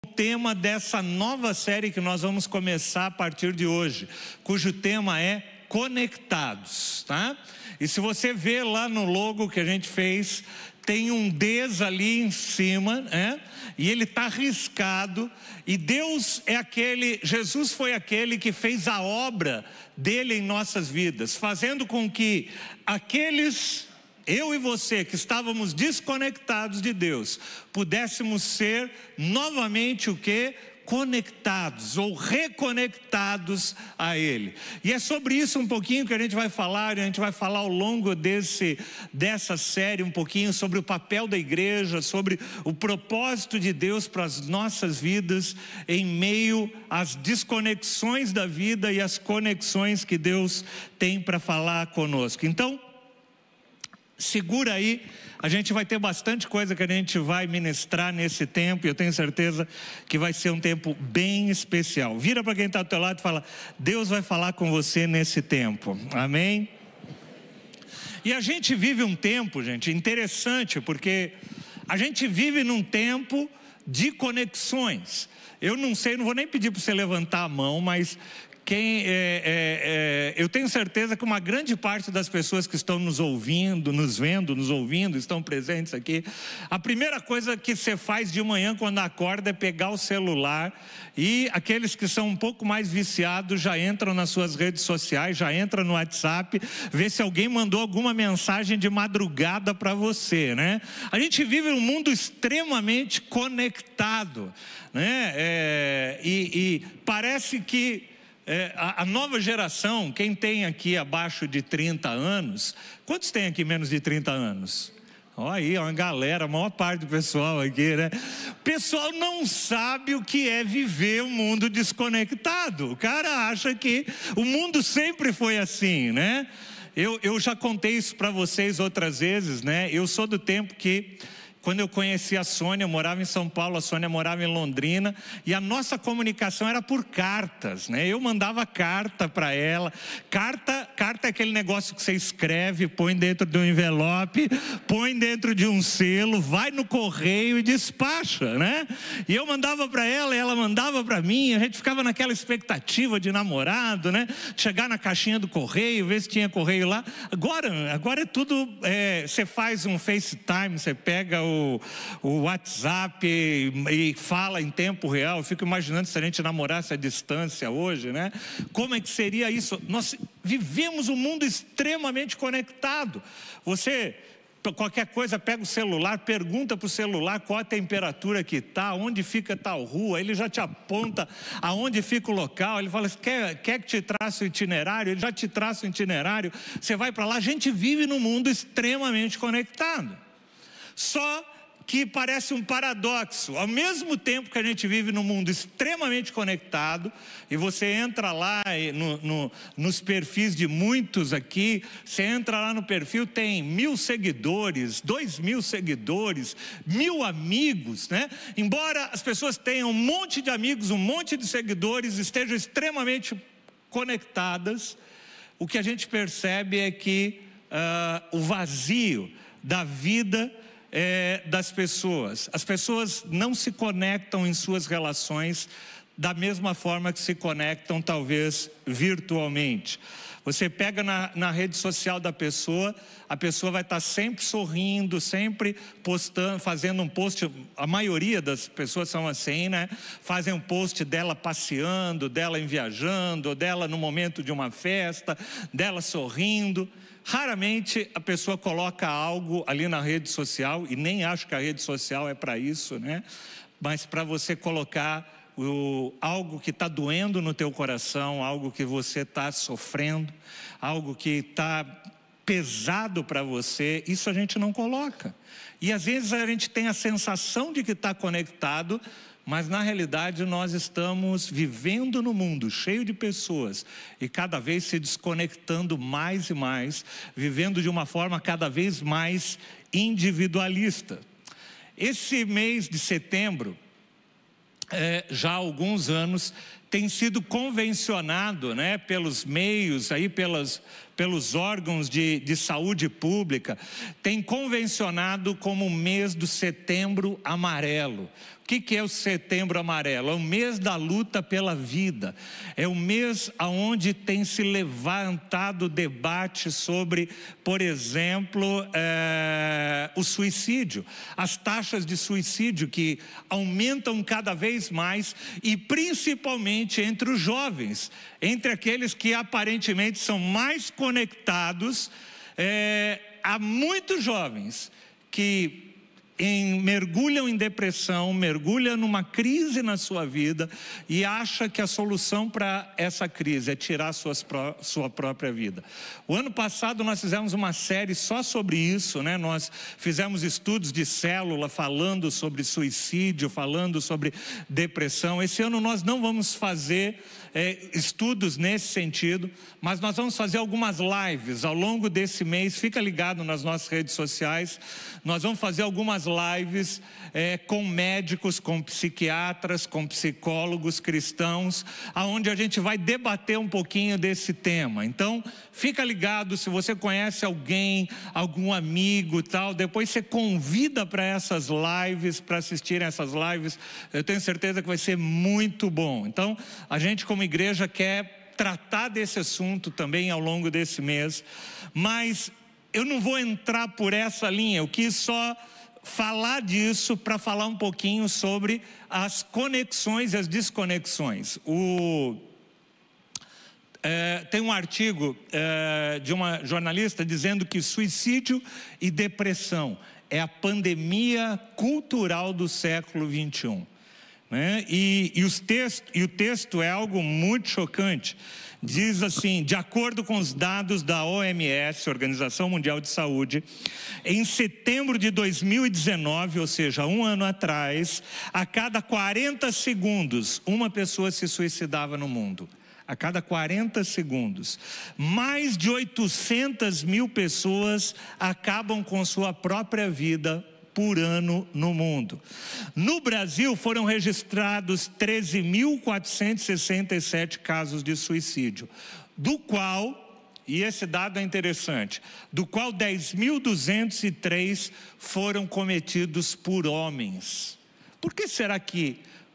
tema dessa nova série que nós vamos começar a partir de hoje, cujo tema é Conectados, tá? E se você ver lá no logo que a gente fez, tem um Ds ali em cima, né? E ele está riscado, e Jesus foi aquele que fez a obra dele em nossas vidas, fazendo com que eu e você, que estávamos desconectados de Deus, pudéssemos ser novamente o quê? Conectados ou reconectados a Ele. E é sobre isso um pouquinho que a gente vai falar. A gente vai falar ao longo dessa série um pouquinho sobre o papel da igreja, sobre o propósito de Deus para as nossas vidas, em meio às desconexões da vida e às conexões que Deus tem para falar conosco. Então, segura aí, a gente vai ter bastante coisa que a gente vai ministrar nesse tempo, e eu tenho certeza que vai ser um tempo bem especial. Vira para quem está ao teu lado e fala: Deus vai falar com você nesse tempo, amém? E a gente vive um tempo, gente, interessante, porque a gente vive num tempo de conexões. Eu não sei, não vou nem pedir para você levantar a mão, mas eu tenho certeza que uma grande parte das pessoas que estão nos ouvindo, nos vendo, nos ouvindo, estão presentes aqui. A primeira coisa que você faz de manhã quando acorda é pegar o celular, e aqueles que são um pouco mais viciados já entram nas suas redes sociais, já entram no WhatsApp, vê se alguém mandou alguma mensagem de madrugada para você, né? A gente vive num mundo extremamente conectado, né? E parece que a nova geração, quem tem aqui abaixo de 30 anos, quantos tem aqui menos de 30 anos? Olha aí, uma galera, a maior parte do pessoal aqui, né? O pessoal não sabe o que é viver um mundo desconectado. O cara acha que o mundo sempre foi assim, né? Eu já contei isso para vocês outras vezes, né? Eu sou do tempo que, quando eu conheci a Sônia, eu morava em São Paulo, a Sônia morava em Londrina, e a nossa comunicação era por cartas, né? Eu mandava carta para ela. Carta é aquele negócio que você escreve, põe dentro de um envelope, põe dentro de um selo, vai no correio e despacha, né? E eu mandava para ela, ela mandava para mim, a gente ficava naquela expectativa de namorado, né? Chegar na caixinha do correio, ver se tinha correio lá. Agora é tudo, você faz um FaceTime, você pega o WhatsApp e fala em tempo real. Eu fico imaginando se a gente namorasse à distância hoje, né? Como é que seria isso? Nós vivemos um mundo extremamente conectado. Você, qualquer coisa, pega o celular, pergunta para o celular qual a temperatura que está, onde fica tal rua, ele já te aponta aonde fica o local. Ele fala: quer que te traça o itinerário? Ele já te traça o itinerário, você vai para lá. A gente vive num mundo extremamente conectado. Só que parece um paradoxo. Ao mesmo tempo que a gente vive num mundo extremamente conectado, e você entra lá nos perfis de muitos aqui, você entra lá no perfil, tem 1.000 seguidores, 2.000 seguidores, 1.000 amigos, né? Embora as pessoas tenham um monte de amigos, um monte de seguidores, estejam extremamente conectadas, o que a gente percebe é que o vazio da vida das pessoas. As pessoas não se conectam em suas relações da mesma forma que se conectam, talvez, virtualmente. Você pega na rede social da pessoa, a pessoa vai estar sempre sorrindo, sempre postando, fazendo um post. A maioria das pessoas são assim, né? Fazem um post dela passeando, dela viajando, dela no momento de uma festa, dela sorrindo. Raramente a pessoa coloca algo ali na rede social, e nem acho que a rede social é para isso, né? Mas para você colocar algo que está doendo no teu coração, algo que você está sofrendo, algo que está pesado para você, isso a gente não coloca. E às vezes a gente tem a sensação de que está conectado, mas na realidade nós estamos vivendo no mundo cheio de pessoas e cada vez se desconectando mais e mais, vivendo de uma forma cada vez mais individualista. Esse mês de setembro, já há alguns anos, tem sido convencionado, né, pelos meios, aí, pelos órgãos de saúde pública, tem convencionado como o mês do Setembro Amarelo. O que é o Setembro Amarelo? É o mês da luta pela vida. É o mês onde tem se levantado debate sobre, por exemplo, o suicídio. As taxas de suicídio que aumentam cada vez mais, e principalmente entre os jovens, entre aqueles que aparentemente são mais conectados. Há muitos jovens que mergulham em depressão, mergulham numa crise na sua vida e acha que a solução para essa crise é tirar sua própria vida. O ano passado nós fizemos uma série só sobre isso, né? Nós fizemos estudos de célula falando sobre suicídio, falando sobre depressão. Esse ano nós não vamos fazer estudos nesse sentido, mas nós vamos fazer algumas lives ao longo desse mês. Fica ligado nas nossas redes sociais. Nós vamos fazer algumas lives com médicos, com psiquiatras, com psicólogos cristãos, aonde a gente vai debater um pouquinho desse tema. Então, fica ligado, se você conhece alguém, algum amigo, tal, depois você convida para essas lives, para assistirem essas lives. Eu tenho certeza que vai ser muito bom. Então, a gente como igreja quer tratar desse assunto também ao longo desse mês, mas eu não vou entrar por essa linha. Eu quis só falar disso para falar um pouquinho sobre as conexões e as desconexões. Tem um artigo de uma jornalista dizendo que suicídio e depressão é a pandemia cultural do século XXI. Né? E o texto é algo muito chocante. Diz assim: de acordo com os dados da OMS, Organização Mundial de Saúde, em setembro de 2019, ou seja, um ano atrás, a cada 40 segundos, uma pessoa se suicidava no mundo. A cada 40 segundos. Mais de 800 mil pessoas acabam com sua própria vida por ano no mundo. No Brasil foram registrados 13.467 casos de suicídio, do qual, e esse dado é interessante, do qual 10.203 foram cometidos por homens. Por que será que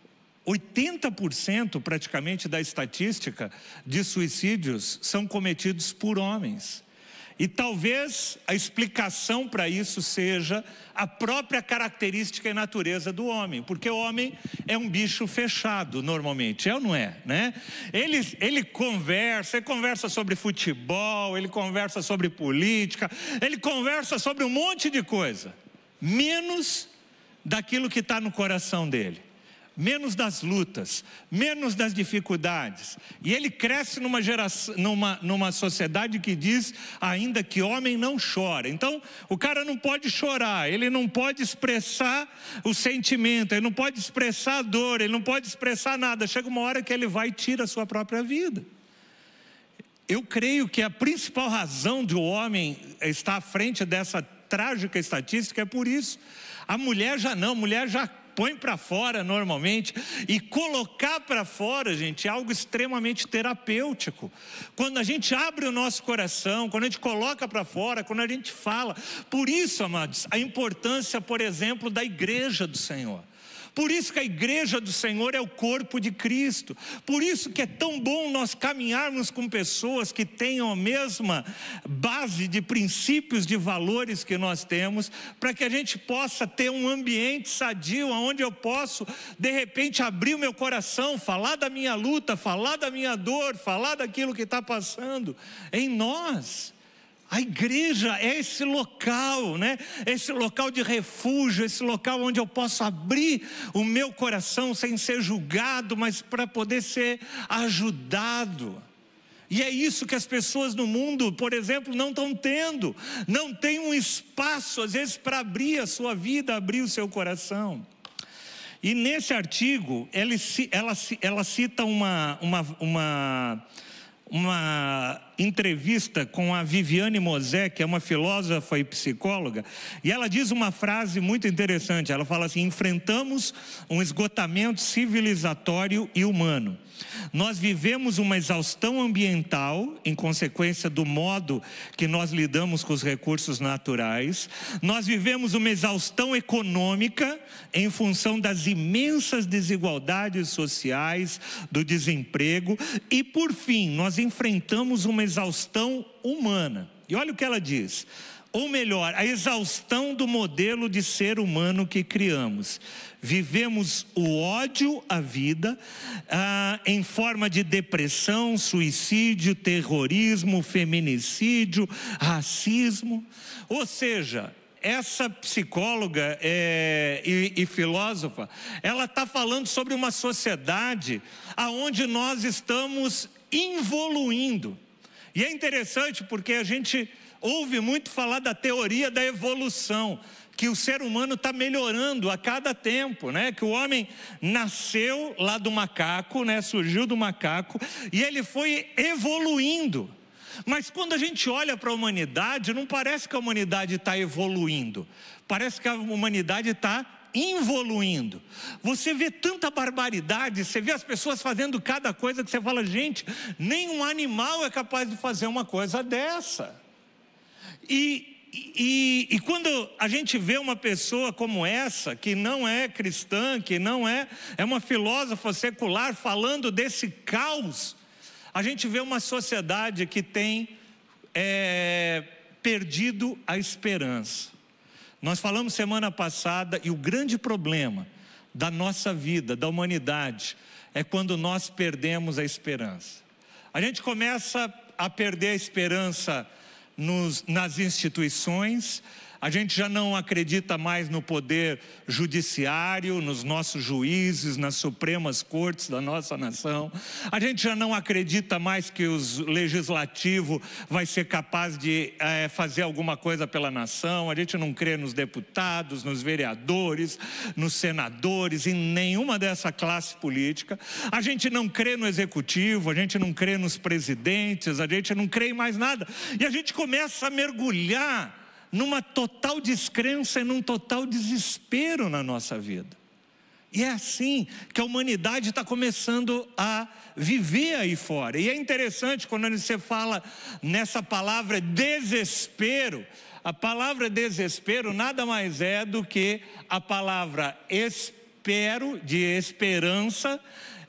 80% praticamente da estatística de suicídios são cometidos por homens? E talvez a explicação para isso seja a própria característica e natureza do homem, porque o homem é um bicho fechado normalmente, é ou não é, né? Ele conversa sobre futebol, ele conversa sobre política, ele conversa sobre um monte de coisa, menos daquilo que está no coração dele. Menos das lutas, menos das dificuldades. E ele cresce numa sociedade que diz ainda que homem não chora. Então, o cara não pode chorar, ele não pode expressar o sentimento, ele não pode expressar a dor, ele não pode expressar nada. Chega uma hora que ele vai e tira a sua própria vida. Eu creio que a principal razão de o homem estar à frente dessa trágica estatística é por isso. A mulher já não, a mulher já põe para fora normalmente, e colocar para fora, gente, é algo extremamente terapêutico. Quando a gente abre o nosso coração, quando a gente coloca para fora, quando a gente fala. Por isso, amados, a importância, por exemplo, da igreja do Senhor. Por isso que a igreja do Senhor é o corpo de Cristo. Por isso que é tão bom nós caminharmos com pessoas que tenham a mesma base de princípios, de valores que nós temos, para que a gente possa ter um ambiente sadio, onde eu posso, de repente, abrir o meu coração, falar da minha luta, falar da minha dor, falar daquilo que está passando em nós. A igreja é esse local, né? Esse local de refúgio, esse local onde eu posso abrir o meu coração sem ser julgado, mas para poder ser ajudado. E é isso que as pessoas no mundo, por exemplo, não estão tendo. Não tem um espaço, às vezes, para abrir a sua vida, abrir o seu coração. E nesse artigo, ela cita uma entrevista com a Viviane Mosé, que é uma filósofa e psicóloga, e ela diz uma frase muito interessante. Ela fala assim: enfrentamos um esgotamento civilizatório e humano. Nós vivemos uma exaustão ambiental em consequência do modo que nós lidamos com os recursos naturais. Nós vivemos uma exaustão econômica em função das imensas desigualdades sociais, do desemprego. E, por fim, nós enfrentamos uma exaustão humana. E olha o que ela diz. Ou melhor, a exaustão do modelo de ser humano que criamos. Vivemos o ódio à vida em forma de depressão, suicídio, terrorismo, feminicídio, racismo. Ou seja, essa psicóloga e filósofa, ela está falando sobre uma sociedade onde nós estamos evoluindo. E é interessante porque a gente ouve muito falar da teoria da evolução, que o ser humano está melhorando a cada tempo, né? Que o homem nasceu lá do macaco, né? Surgiu do macaco e ele foi evoluindo. Mas quando a gente olha para a humanidade, não parece que a humanidade está evoluindo, parece que a humanidade está involuindo. Você vê tanta barbaridade, você vê as pessoas fazendo cada coisa que você fala: gente, nenhum animal é capaz de fazer uma coisa dessa. E quando a gente vê uma pessoa como essa, que não é cristã, que não é uma filósofa secular, falando desse caos, a gente vê uma sociedade que tem perdido a esperança. Nós falamos semana passada, e o grande problema da nossa vida, da humanidade, é quando nós perdemos a esperança. A gente começa a perder a esperança nas instituições. A gente já não acredita mais no poder judiciário, nos nossos juízes, nas supremas cortes da nossa nação. A gente já não acredita mais que o legislativo vai ser capaz de fazer alguma coisa pela nação. A gente não crê nos deputados, nos vereadores, nos senadores, em nenhuma dessa classe política. A gente não crê no executivo, a gente não crê nos presidentes, a gente não crê em mais nada. E a gente começa a mergulhar numa total descrença e num total desespero na nossa vida. E é assim que a humanidade está começando a viver aí fora. E é interessante quando você fala nessa palavra desespero. A palavra desespero nada mais é do que a palavra espero, de esperança,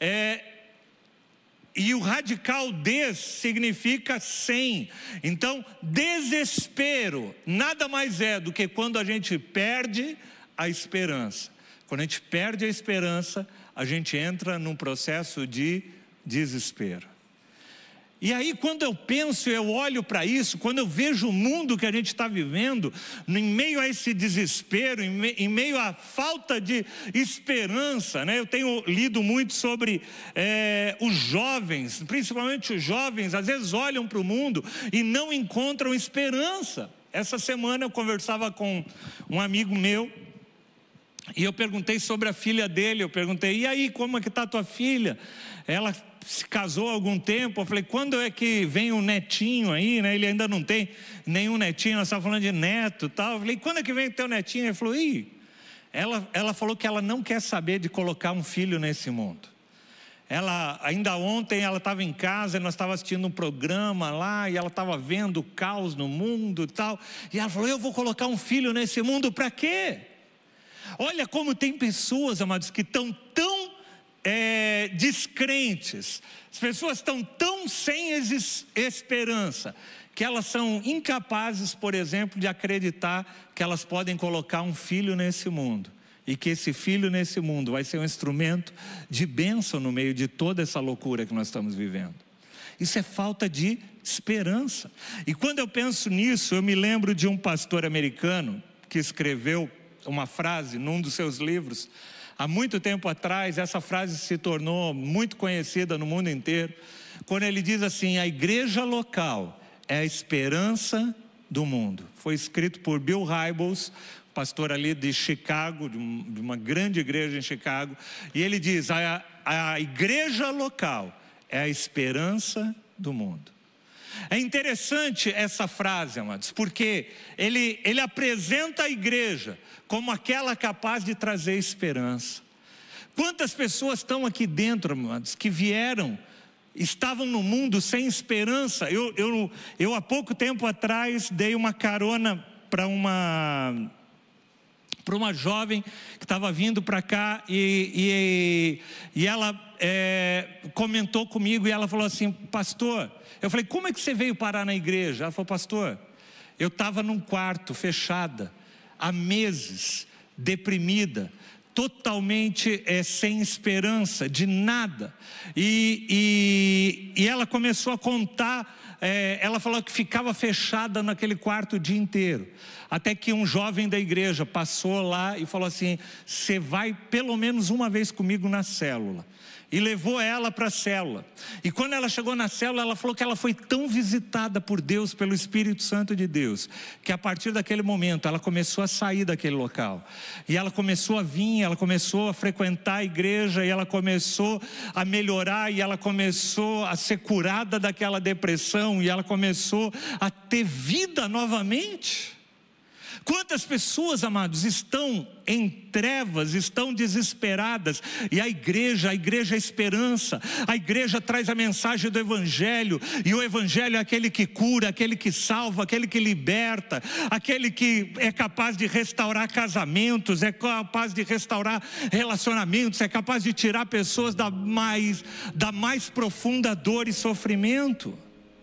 e o radical des significa sem. Então, desespero nada mais é do que quando a gente perde a esperança. Quando a gente perde a esperança, a gente entra num processo de desespero. E aí, quando eu penso, eu olho para isso, quando eu vejo o mundo que a gente está vivendo, em meio a esse desespero, em meio à falta de esperança, né? Eu tenho lido muito sobre os jovens, principalmente os jovens, às vezes olham para o mundo e não encontram esperança. Essa semana eu conversava com um amigo meu, e eu perguntei sobre a filha dele. Eu perguntei: e aí, como é que está a tua filha? Ela se casou há algum tempo. Eu falei: quando é que vem o netinho aí, né? Ele ainda não tem nenhum netinho, nós estávamos falando de neto e tal. Eu falei: quando é que vem o teu netinho? Ele falou: ela falou que ela não quer saber de colocar um filho nesse mundo. Ainda ontem ela estava em casa e nós estávamos assistindo um programa lá, e ela estava vendo o caos no mundo e tal, e ela falou: eu vou colocar um filho nesse mundo para quê? Olha como tem pessoas, amados, que estão tão descrentes, as pessoas estão tão sem esperança, que elas são incapazes, por exemplo, de acreditar que elas podem colocar um filho nesse mundo, e que esse filho nesse mundo vai ser um instrumento de bênção no meio de toda essa loucura que nós estamos vivendo. Isso é falta de esperança. E quando eu penso nisso, eu me lembro de um pastor americano que escreveu uma frase num dos seus livros. Há muito tempo atrás, essa frase se tornou muito conhecida no mundo inteiro, quando ele diz assim: a igreja local é a esperança do mundo. Foi escrito por Bill Hybels, pastor ali de Chicago, de uma grande igreja em Chicago, e ele diz: a igreja local é a esperança do mundo. É interessante essa frase, amados, porque ele apresenta a igreja como aquela capaz de trazer esperança. Quantas pessoas estão aqui dentro, amados, que estavam no mundo sem esperança? Eu há pouco tempo atrás dei uma carona para uma jovem que estava vindo para cá e ela comentou comigo e ela falou assim: pastor, eu falei, como é que você veio parar na igreja? Ela falou, pastor, eu estava num quarto, fechada, há meses, deprimida, totalmente sem esperança de nada, e ela começou a contar. Ela falou que ficava fechada naquele quarto o dia inteiro, até que um jovem da igreja passou lá e falou assim: você vai pelo menos uma vez comigo na célula. E levou ela para a célula. E quando ela chegou na célula, ela falou que ela foi tão visitada por Deus, pelo Espírito Santo de Deus, que a partir daquele momento ela começou a sair daquele local. E ela começou a vir, ela começou a frequentar a igreja, e ela começou a melhorar, e ela começou a ser curada daquela depressão, e ela começou a ter vida novamente. Quantas pessoas, amados, estão em trevas, estão desesperadas, e a igreja é esperança. A igreja traz a mensagem do evangelho, e o evangelho é aquele que cura, aquele que salva, aquele que liberta, aquele que é capaz de restaurar casamentos, é capaz de restaurar relacionamentos, é capaz de tirar pessoas da mais profunda dor e sofrimento.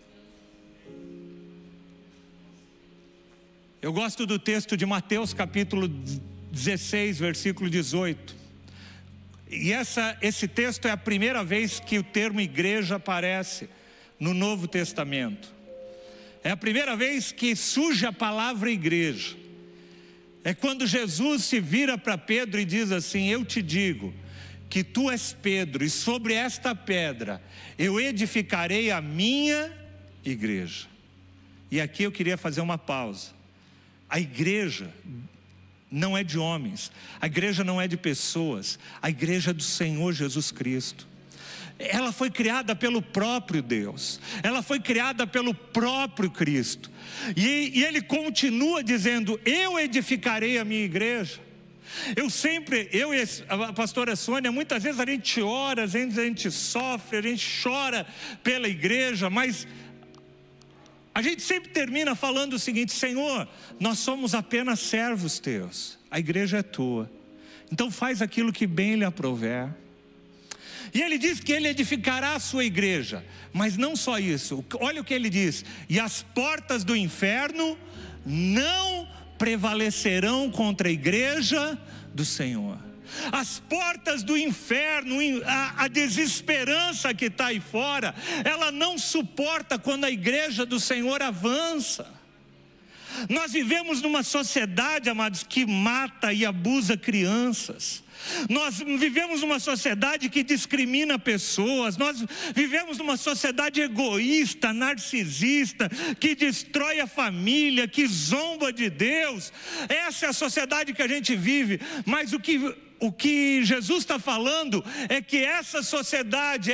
Eu gosto do texto de Mateus capítulo 16, versículo 18. E esse texto é a primeira vez que o termo igreja aparece no Novo Testamento. É a primeira vez que surge a palavra igreja. É quando Jesus se vira para Pedro e diz assim: eu te digo que tu és Pedro, e sobre esta pedra eu edificarei a minha igreja. E aqui eu queria fazer uma pausa. A igreja não é de homens, a igreja não é de pessoas, a igreja é do Senhor Jesus Cristo. Ela foi criada pelo próprio Deus, ela foi criada pelo próprio Cristo, e Ele continua dizendo: eu edificarei a minha igreja. Eu e a pastora Sônia, muitas vezes a gente ora, às vezes a gente sofre, a gente chora pela igreja, mas a gente sempre termina falando o seguinte: Senhor, nós somos apenas servos teus, a igreja é tua, então faz aquilo que bem lhe aprouver. E ele diz que ele edificará a sua igreja, mas não só isso, olha o que ele diz: e as portas do inferno não prevalecerão contra a igreja do Senhor. As portas do inferno, a desesperança que está aí fora, ela não suporta quando a igreja do Senhor avança. Nós vivemos numa sociedade, amados, que mata e abusa crianças. Nós vivemos numa sociedade que discrimina pessoas. Nós vivemos numa sociedade egoísta, narcisista, que destrói a família, que zomba de Deus. Essa é a sociedade que a gente vive. Mas o que Jesus está falando é que essa sociedade,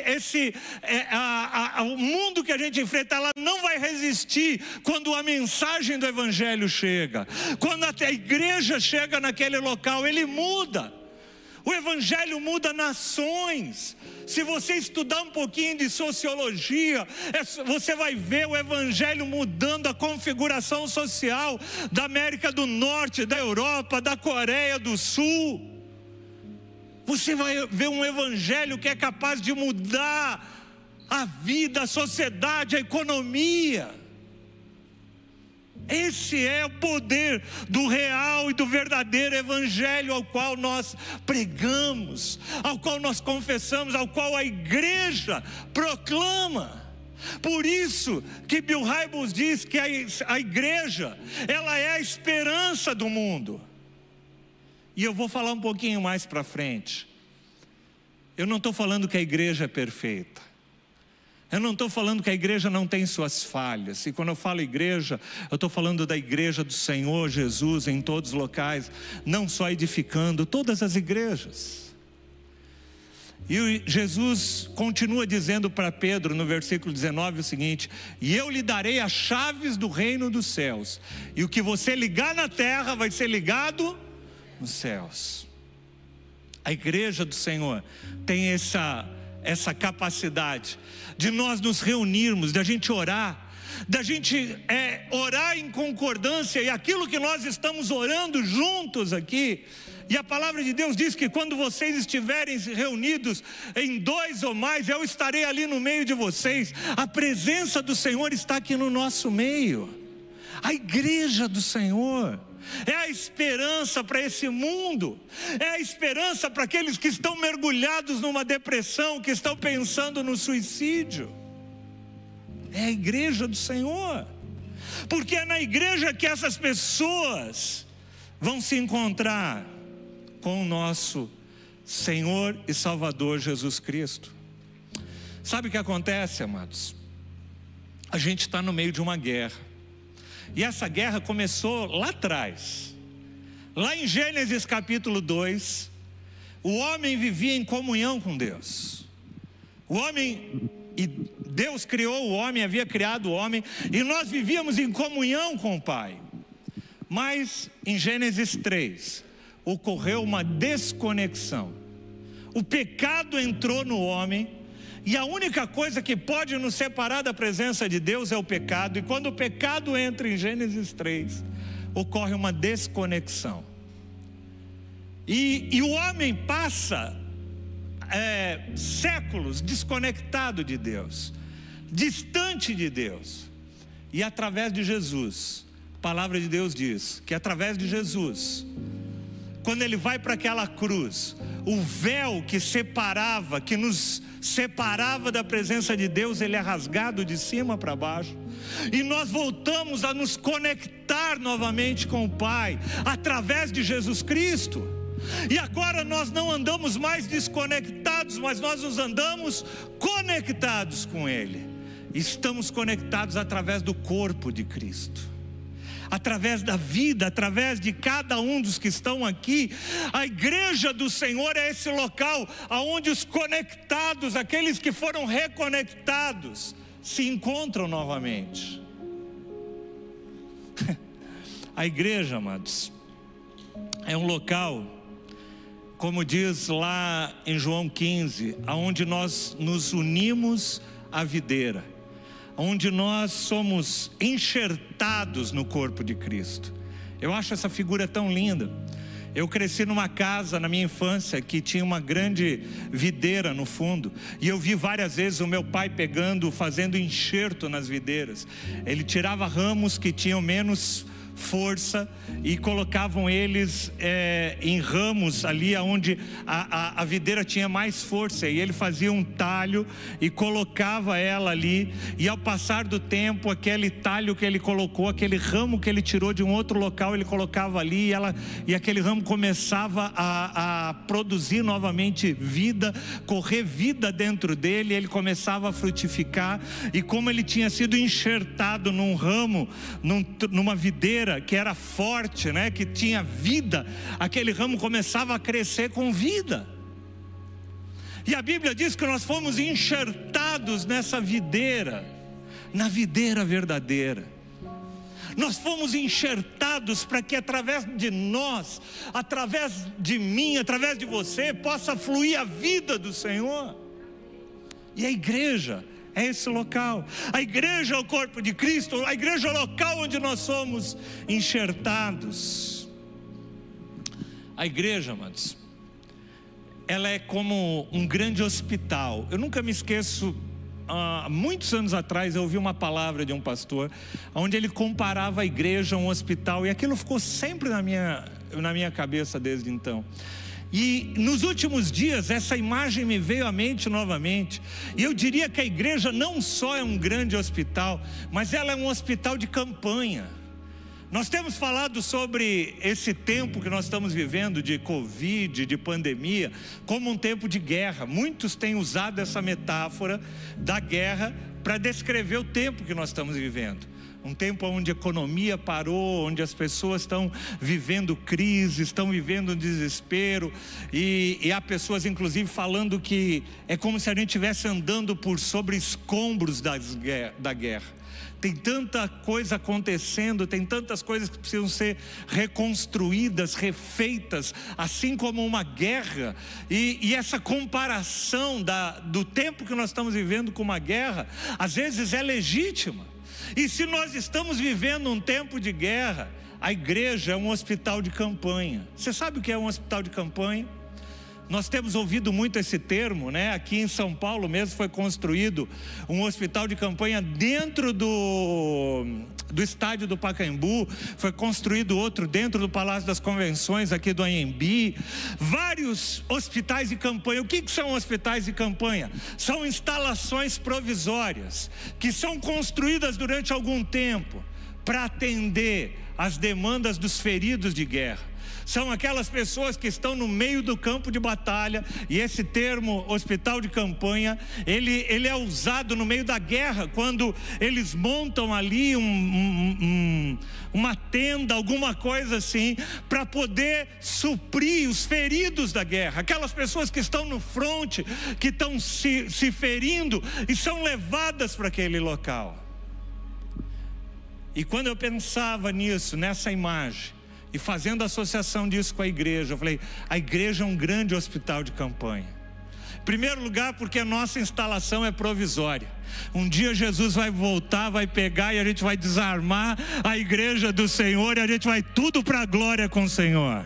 o mundo que a gente enfrenta, ela não vai resistir quando a mensagem do evangelho chega. Quando a igreja chega naquele local, ele muda. O evangelho muda nações. Se você estudar um pouquinho de sociologia, você vai ver o evangelho mudando a configuração social da América do Norte, da Europa, da Coreia do Sul. Você vai ver um evangelho que é capaz de mudar a vida, a sociedade, a economia. Esse é o poder do real e do verdadeiro evangelho ao qual nós pregamos, ao qual nós confessamos, ao qual a igreja proclama. Por isso que Bill Hybels diz que a igreja, ela é a esperança do mundo. E eu vou falar um pouquinho mais para frente. Eu não estou falando que a igreja é perfeita. Eu não estou falando que a igreja não tem suas falhas. E quando eu falo igreja, eu estou falando da igreja do Senhor Jesus em todos os locais, não só edificando, todas as igrejas. E Jesus continua dizendo para Pedro no versículo 19 o seguinte: e eu lhe darei as chaves do reino dos céus, e o que você ligar na terra vai ser ligado nos céus. A igreja do Senhor tem essa capacidade de nós nos reunirmos, da gente orar, da gente orar em concordância, e aquilo que nós estamos orando juntos aqui. E a palavra de Deus diz que quando vocês estiverem reunidos em 2 ou mais, eu estarei ali no meio de vocês. A presença do Senhor está aqui no nosso meio. A igreja do Senhor é a esperança para esse mundo, é a esperança para aqueles que estão mergulhados numa depressão, que estão pensando no suicídio. É a igreja do Senhor, porque é na igreja que essas pessoas vão se encontrar com o nosso Senhor e Salvador Jesus Cristo. Sabe o que acontece, amados? A gente está no meio de uma guerra, e essa guerra começou lá atrás. Lá em Gênesis capítulo 2, o homem vivia em comunhão com Deus. E Deus criou o homem, havia criado o homem, e nós vivíamos em comunhão com o Pai. Mas em Gênesis 3, ocorreu uma desconexão. O pecado entrou no homem, e a única coisa que pode nos separar da presença de Deus é o pecado. E quando o pecado entra em Gênesis 3, ocorre uma desconexão. E o homem passa séculos desconectado de Deus, distante de Deus. E através de Jesus, a palavra de Deus diz que através de Jesus, quando ele vai para aquela cruz, o véu que separava, que nos separava da presença de Deus, ele é rasgado de cima para baixo, e nós voltamos a nos conectar novamente com o Pai, através de Jesus Cristo. E agora nós não andamos mais desconectados, mas nós nos andamos conectados com Ele. Estamos conectados através do corpo de Cristo, através da vida, através de cada um dos que estão aqui. A igreja do Senhor é esse local onde os conectados, aqueles que foram reconectados, se encontram novamente. A igreja, amados, é um local, como diz lá em João 15, onde nós nos unimos à videira, onde nós somos enxertados no corpo de Cristo. Eu acho essa figura tão linda. Eu cresci numa casa na minha infância que tinha uma grande videira no fundo, e eu vi várias vezes o meu pai fazendo enxerto nas videiras. Ele tirava ramos que tinham menos força e colocavam eles em ramos ali onde a videira tinha mais força, e ele fazia um talho e colocava ela ali, e ao passar do tempo, aquele talho que ele colocou, aquele ramo que ele tirou de um outro local, ele colocava ali, e aquele ramo começava a produzir novamente vida, correr vida dentro dele, ele começava a frutificar. E como ele tinha sido enxertado num ramo, numa videira que era forte, né, que tinha vida, aquele ramo começava a crescer com vida. E a Bíblia diz que nós fomos enxertados nessa videira, na videira verdadeira. Nós fomos enxertados para que através de nós, através de mim, através de você, possa fluir a vida do Senhor. E a igreja é esse local. A igreja é o corpo de Cristo. A igreja é o local onde nós somos enxertados. A igreja, amados, ela é como um grande hospital. Eu nunca me esqueço, há muitos anos atrás eu ouvi uma palavra de um pastor, onde ele comparava a igreja a um hospital, e aquilo ficou sempre na minha cabeça desde então. E nos últimos dias essa imagem me veio à mente novamente, e eu diria que a igreja não só é um grande hospital, mas ela é um hospital de campanha. Nós temos falado sobre esse tempo que nós estamos vivendo de Covid, de pandemia, como um tempo de guerra. Muitos têm usado essa metáfora da guerra para descrever o tempo que nós estamos vivendo. Um tempo onde a economia parou, onde as pessoas estão vivendo crise, estão vivendo desespero, e há pessoas inclusive falando que é como se a gente estivesse andando por sobre escombros da guerra. Tem tanta coisa acontecendo, tem tantas coisas que precisam ser reconstruídas, refeitas, assim como uma guerra. E essa comparação do tempo que nós estamos vivendo com uma guerra, às vezes é legítima. E se nós estamos vivendo um tempo de guerra, a igreja é um hospital de campanha. Você sabe o que é um hospital de campanha? Nós temos ouvido muito esse termo, né? Aqui em São Paulo mesmo foi construído um hospital de campanha dentro do estádio do Pacaembu, foi construído outro dentro do Palácio das Convenções aqui do Anhembi, vários hospitais de campanha. O que são hospitais de campanha? São instalações provisórias, que são construídas durante algum tempo, para atender às demandas dos feridos de guerra. São aquelas pessoas que estão no meio do campo de batalha, e esse termo hospital de campanha, ele é usado no meio da guerra, quando eles montam ali uma tenda, alguma coisa assim, para poder suprir os feridos da guerra, aquelas pessoas que estão no fronte, que estão se ferindo e são levadas para aquele local. E quando eu pensava nisso, nessa imagem, e fazendo associação disso com a igreja, eu falei, a igreja é um grande hospital de campanha. Em primeiro lugar, porque a nossa instalação é provisória. Um dia Jesus vai voltar, vai pegar e a gente vai desarmar a igreja do Senhor, e a gente vai tudo para a glória com o Senhor.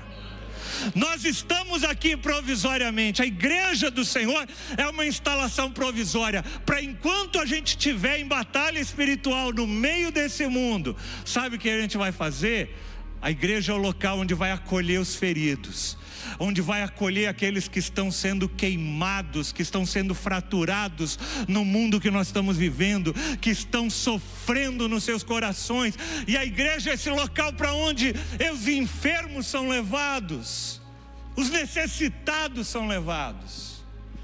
Nós estamos aqui provisoriamente. A igreja do Senhor é uma instalação provisória, para enquanto a gente estiver em batalha espiritual no meio desse mundo. Sabe o que a gente vai fazer? A igreja é o local onde vai acolher os feridos, onde vai acolher aqueles que estão sendo queimados, que estão sendo fraturados no mundo que nós estamos vivendo, que estão sofrendo nos seus corações. E a igreja é esse local para onde os enfermos são levados, os necessitados são levados.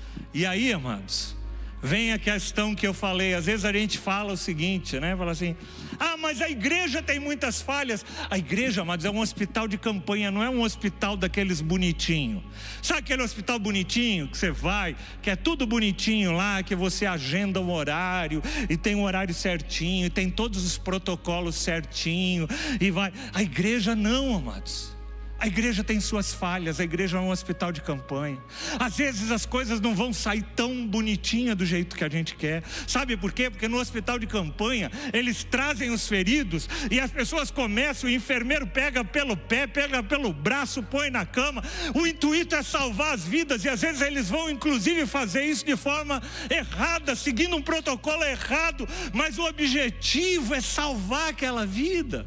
E aí, amados, vem a questão que eu falei. Às vezes a gente fala o seguinte, né? Fala assim, mas a igreja tem muitas falhas. A igreja, amados, é um hospital de campanha, não é um hospital daqueles bonitinho. Sabe aquele hospital bonitinho que você vai, que é tudo bonitinho lá, que você agenda um horário, e tem um horário certinho, e tem todos os protocolos certinho, e vai. A igreja não, amados. A igreja tem suas falhas, a igreja é um hospital de campanha. Às vezes as coisas não vão sair tão bonitinha do jeito que a gente quer. Sabe por quê? Porque no hospital de campanha, eles trazem os feridos, e as pessoas começam, o enfermeiro pega pelo pé, pega pelo braço, põe na cama. O intuito é salvar as vidas, e às vezes eles vão inclusive fazer isso de forma errada, seguindo um protocolo errado, mas o objetivo é salvar aquela vida.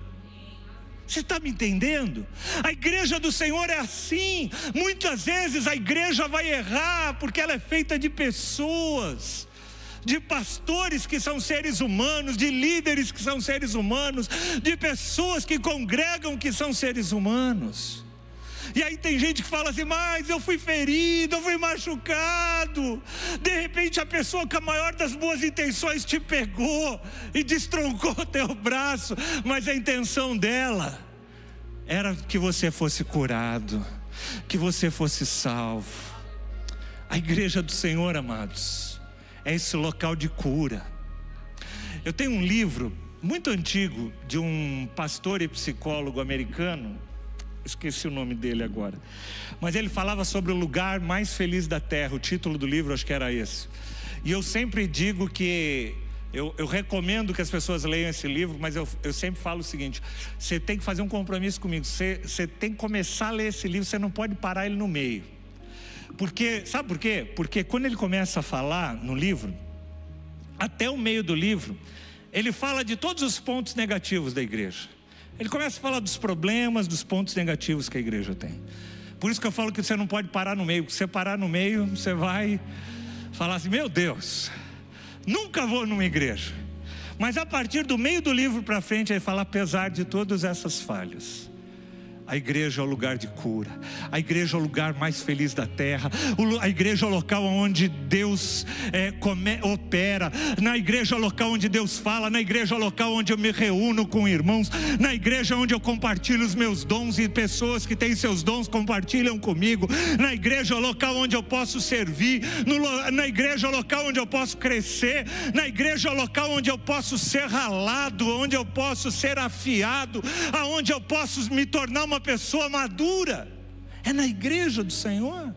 Você está me entendendo? A igreja do Senhor é assim. Muitas vezes a igreja vai errar, porque ela é feita de pessoas, de pastores que são seres humanos, de líderes que são seres humanos, de pessoas que congregam que são seres humanos. E aí tem gente que fala assim, mas eu fui ferido, eu fui machucado. De repente a pessoa com a maior das boas intenções te pegou e destroncou o teu braço, mas a intenção dela era que você fosse curado, que você fosse salvo. A igreja do Senhor, amados, é esse local de cura. Eu tenho um livro muito antigo de um pastor e psicólogo americano, esqueci o nome dele agora, mas ele falava sobre o lugar mais feliz da terra. O título do livro acho que era esse. E eu sempre digo que eu recomendo que as pessoas leiam esse livro, mas eu sempre falo o seguinte: você tem que fazer um compromisso comigo, você tem que começar a ler esse livro, você não pode parar ele no meio. Porque, sabe por quê? Porque quando ele começa a falar no livro, até o meio do livro, ele fala de todos os pontos negativos da igreja. Ele começa a falar dos problemas, dos pontos negativos que a igreja tem. Por isso que eu falo que você não pode parar no meio. Se você parar no meio, você vai falar assim, meu Deus, nunca vou numa igreja. Mas a partir do meio do livro para frente, ele fala, apesar de todas essas falhas, A igreja é o lugar de cura. A igreja é o lugar mais feliz da terra. A igreja é o local onde Deus opera. Na igreja é o local onde Deus fala. Na igreja é o local onde eu me reúno com irmãos. Na igreja é onde eu compartilho os meus dons, e pessoas que têm seus dons compartilham comigo. Na igreja é o local onde eu posso servir. Na igreja é o local onde eu posso crescer. Na igreja é o local onde eu posso ser ralado, onde eu posso ser afiado, aonde eu posso me tornar uma pessoa madura. É na igreja do Senhor,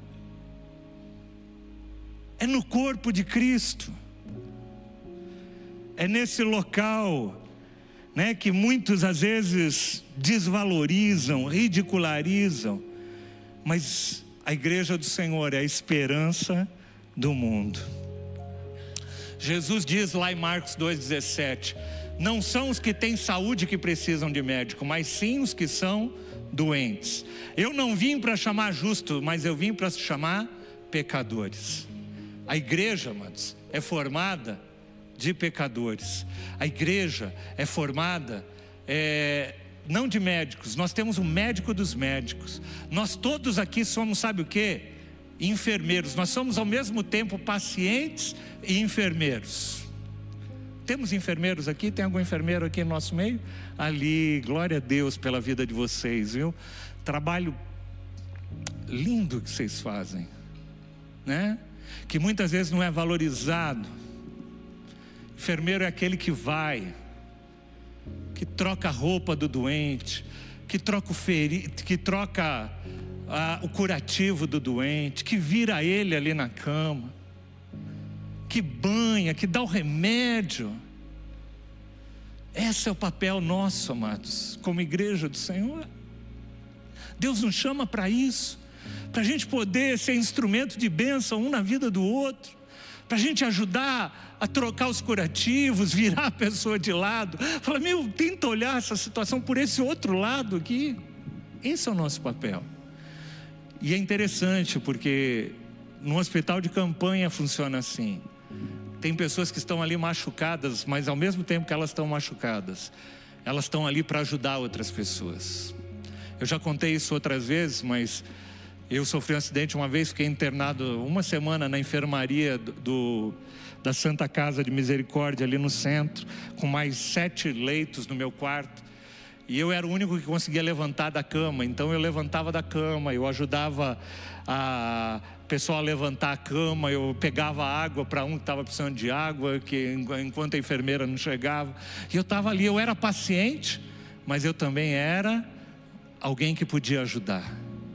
é no corpo de Cristo, é nesse local, né, que muitos às vezes desvalorizam, ridicularizam, mas a igreja do Senhor é a esperança do mundo. Jesus diz lá em Marcos 2,17: não são os que têm saúde que precisam de médico, mas sim os que são doentes. Eu não vim para chamar justo, mas eu vim para chamar pecadores. A igreja, amados, é formada de pecadores. A igreja é formada não de médicos. Nós temos o médico dos médicos. Nós todos aqui somos, sabe o quê? Enfermeiros. Nós somos ao mesmo tempo pacientes e enfermeiros. Temos enfermeiros aqui? Tem algum enfermeiro aqui no nosso meio? Ali, glória a Deus pela vida de vocês, viu? Trabalho lindo que vocês fazem, né? Que muitas vezes não é valorizado. Enfermeiro é aquele que vai, que troca a roupa do doente, que troca o curativo do doente, que vira ele ali na cama, que banha, que dá o remédio. Esse é o papel nosso, amados, como igreja do Senhor. Deus nos chama para isso, para a gente poder ser instrumento de bênção um na vida do outro, para a gente ajudar a trocar os curativos, virar a pessoa de lado, falar, tenta olhar essa situação por esse outro lado aqui. Esse é o nosso papel. E é interessante porque no hospital de campanha funciona assim. Tem pessoas que estão ali machucadas, mas ao mesmo tempo que elas estão machucadas, elas estão ali para ajudar outras pessoas. Eu já contei isso outras vezes, mas eu sofri um acidente uma vez, fiquei internado uma semana na enfermaria da Santa Casa de Misericórdia ali no centro, com mais 7 leitos no meu quarto. E eu era o único que conseguia levantar da cama. Então eu levantava da cama, eu ajudava a pessoal a levantar a cama, eu pegava água para um que estava precisando de água, enquanto a enfermeira não chegava. E eu estava ali, eu era paciente, mas eu também era alguém que podia ajudar.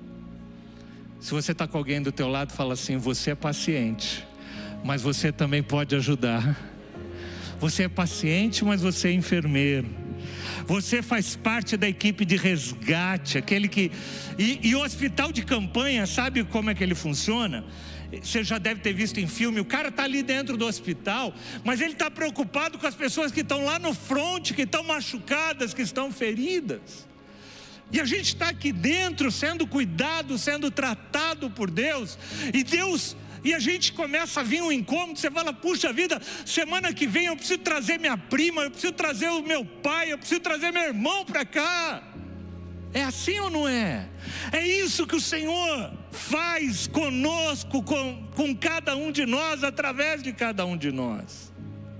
Se você está com alguém do teu lado, fala assim: você é paciente, mas você também pode ajudar. Você é paciente, mas você é enfermeiro. Você faz parte da equipe de resgate, aquele que... E o hospital de campanha, sabe como é que ele funciona? Você já deve ter visto em filme, o cara está ali dentro do hospital, mas ele está preocupado com as pessoas que estão lá no front, que estão machucadas, que estão feridas. E a gente está aqui dentro, sendo cuidado, sendo tratado por Deus, e a gente começa a vir um incômodo, você fala, puxa vida, semana que vem eu preciso trazer minha prima, eu preciso trazer o meu pai, eu preciso trazer meu irmão para cá. É assim ou não é? É isso que o Senhor faz conosco, com cada um de nós, através de cada um de nós.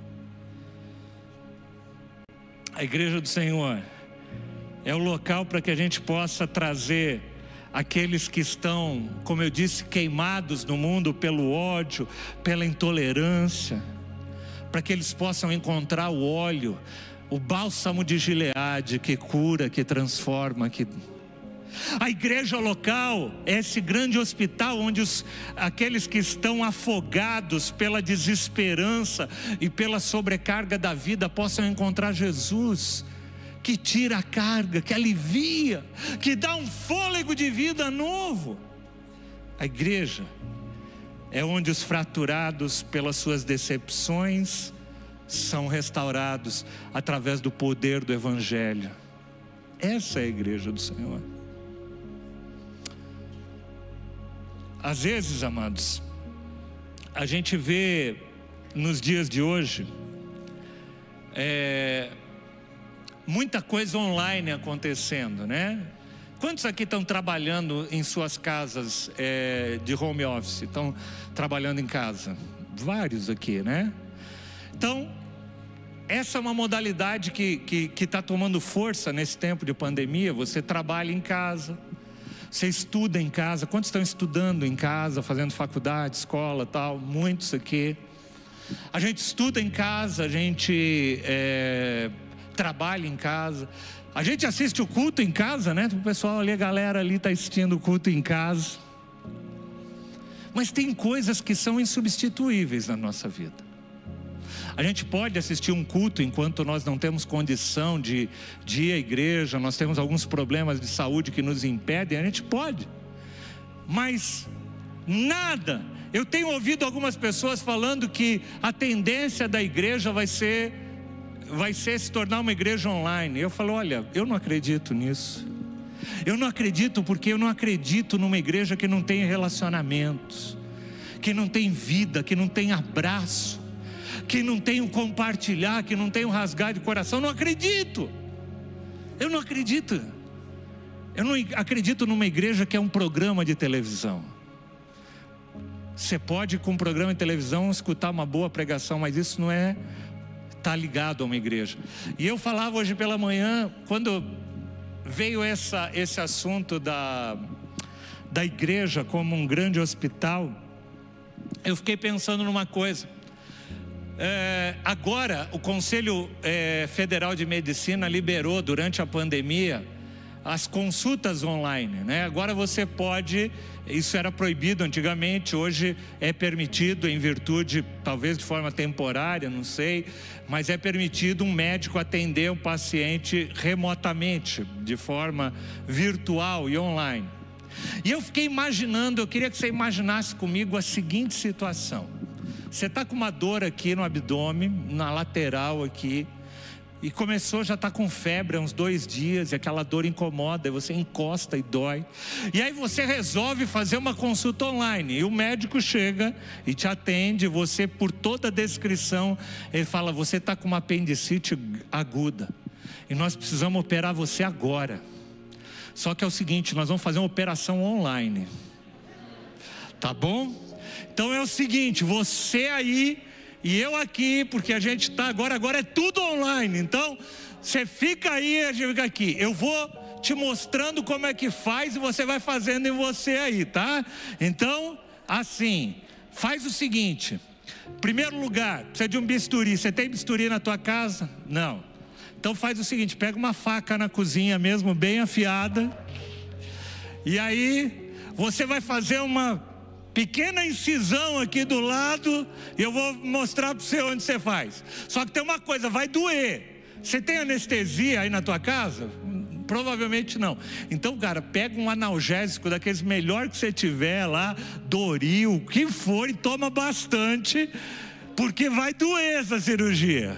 A igreja do Senhor é o local para que a gente possa trazer aqueles que estão, como eu disse, queimados no mundo pelo ódio, pela intolerância, para que eles possam encontrar o óleo, o bálsamo de Gileade, que cura, que transforma, A igreja local é esse grande hospital onde aqueles que estão afogados pela desesperança e pela sobrecarga da vida possam encontrar Jesus, que tira a carga, que alivia, que dá um fôlego de vida novo. A igreja é onde os fraturados pelas suas decepções são restaurados através do poder do Evangelho. Essa é a igreja do Senhor. Às vezes, amados, a gente vê nos dias de hoje muita coisa online acontecendo, né? Quantos aqui estão trabalhando em suas casas de home office? Estão trabalhando em casa? Vários aqui, né? Então, essa é uma modalidade que está tomando força nesse tempo de pandemia. Você trabalha em casa, você estuda em casa. Quantos estão estudando em casa, fazendo faculdade, escola, tal? Muitos aqui. A gente estuda em casa, a gente trabalha em casa. A gente assiste o culto em casa, né? O pessoal ali, a galera ali está assistindo o culto em casa. Mas tem coisas que são insubstituíveis na nossa vida. A gente pode assistir um culto enquanto nós não temos condição de ir à igreja, nós temos alguns problemas de saúde que nos impedem, a gente pode. Mas nada. Eu tenho ouvido algumas pessoas falando que a tendência da igreja vai ser se tornar uma igreja online. Eu falo, olha, eu não acredito nisso. Eu não acredito porque eu não acredito numa igreja que não tem relacionamentos, que não tem vida, que não tem abraço, que não tem um compartilhar, que não tem um rasgar de coração. Eu não acredito. Eu não acredito. Eu não acredito numa igreja que é um programa de televisão. Você pode, com um programa de televisão, escutar uma boa pregação, mas isso não é estar ligado a uma igreja. E eu falava hoje pela manhã, quando veio esse assunto da igreja como um grande hospital, eu fiquei pensando numa coisa. Agora o Conselho Federal de Medicina liberou durante a pandemia as consultas online, né? Agora você pode, isso era proibido antigamente, hoje é permitido em virtude, talvez de forma temporária, não sei, mas é permitido um médico atender um paciente remotamente, de forma virtual e online. E eu fiquei imaginando, eu queria que você imaginasse comigo a seguinte situação. Você está com uma dor aqui no abdômen, na lateral aqui, e começou, já está com febre há uns 2 dias, e aquela dor incomoda, e você encosta e dói. E aí você resolve fazer uma consulta online, e o médico chega e te atende, você, por toda a descrição, ele fala, você está com uma apendicite aguda, e nós precisamos operar você agora. Só que é o seguinte, nós vamos fazer uma operação online. Tá bom? Então é o seguinte, você aí e eu aqui, porque a gente está agora é tudo online. Então, você fica aí, a gente fica aqui. Eu vou te mostrando como é que faz e você vai fazendo em você aí, tá? Então, assim, faz o seguinte. Primeiro lugar, precisa de um bisturi. Você tem bisturi na tua casa? Não. Então faz o seguinte, pega uma faca na cozinha mesmo, bem afiada. E aí, você vai fazer uma pequena incisão aqui do lado, e eu vou mostrar para você onde você faz. Só que tem uma coisa, vai doer. Você tem anestesia aí na tua casa? Provavelmente não. Então, cara, pega um analgésico daqueles melhor que você tiver lá, Doril, o que for, e toma bastante, porque vai doer essa cirurgia.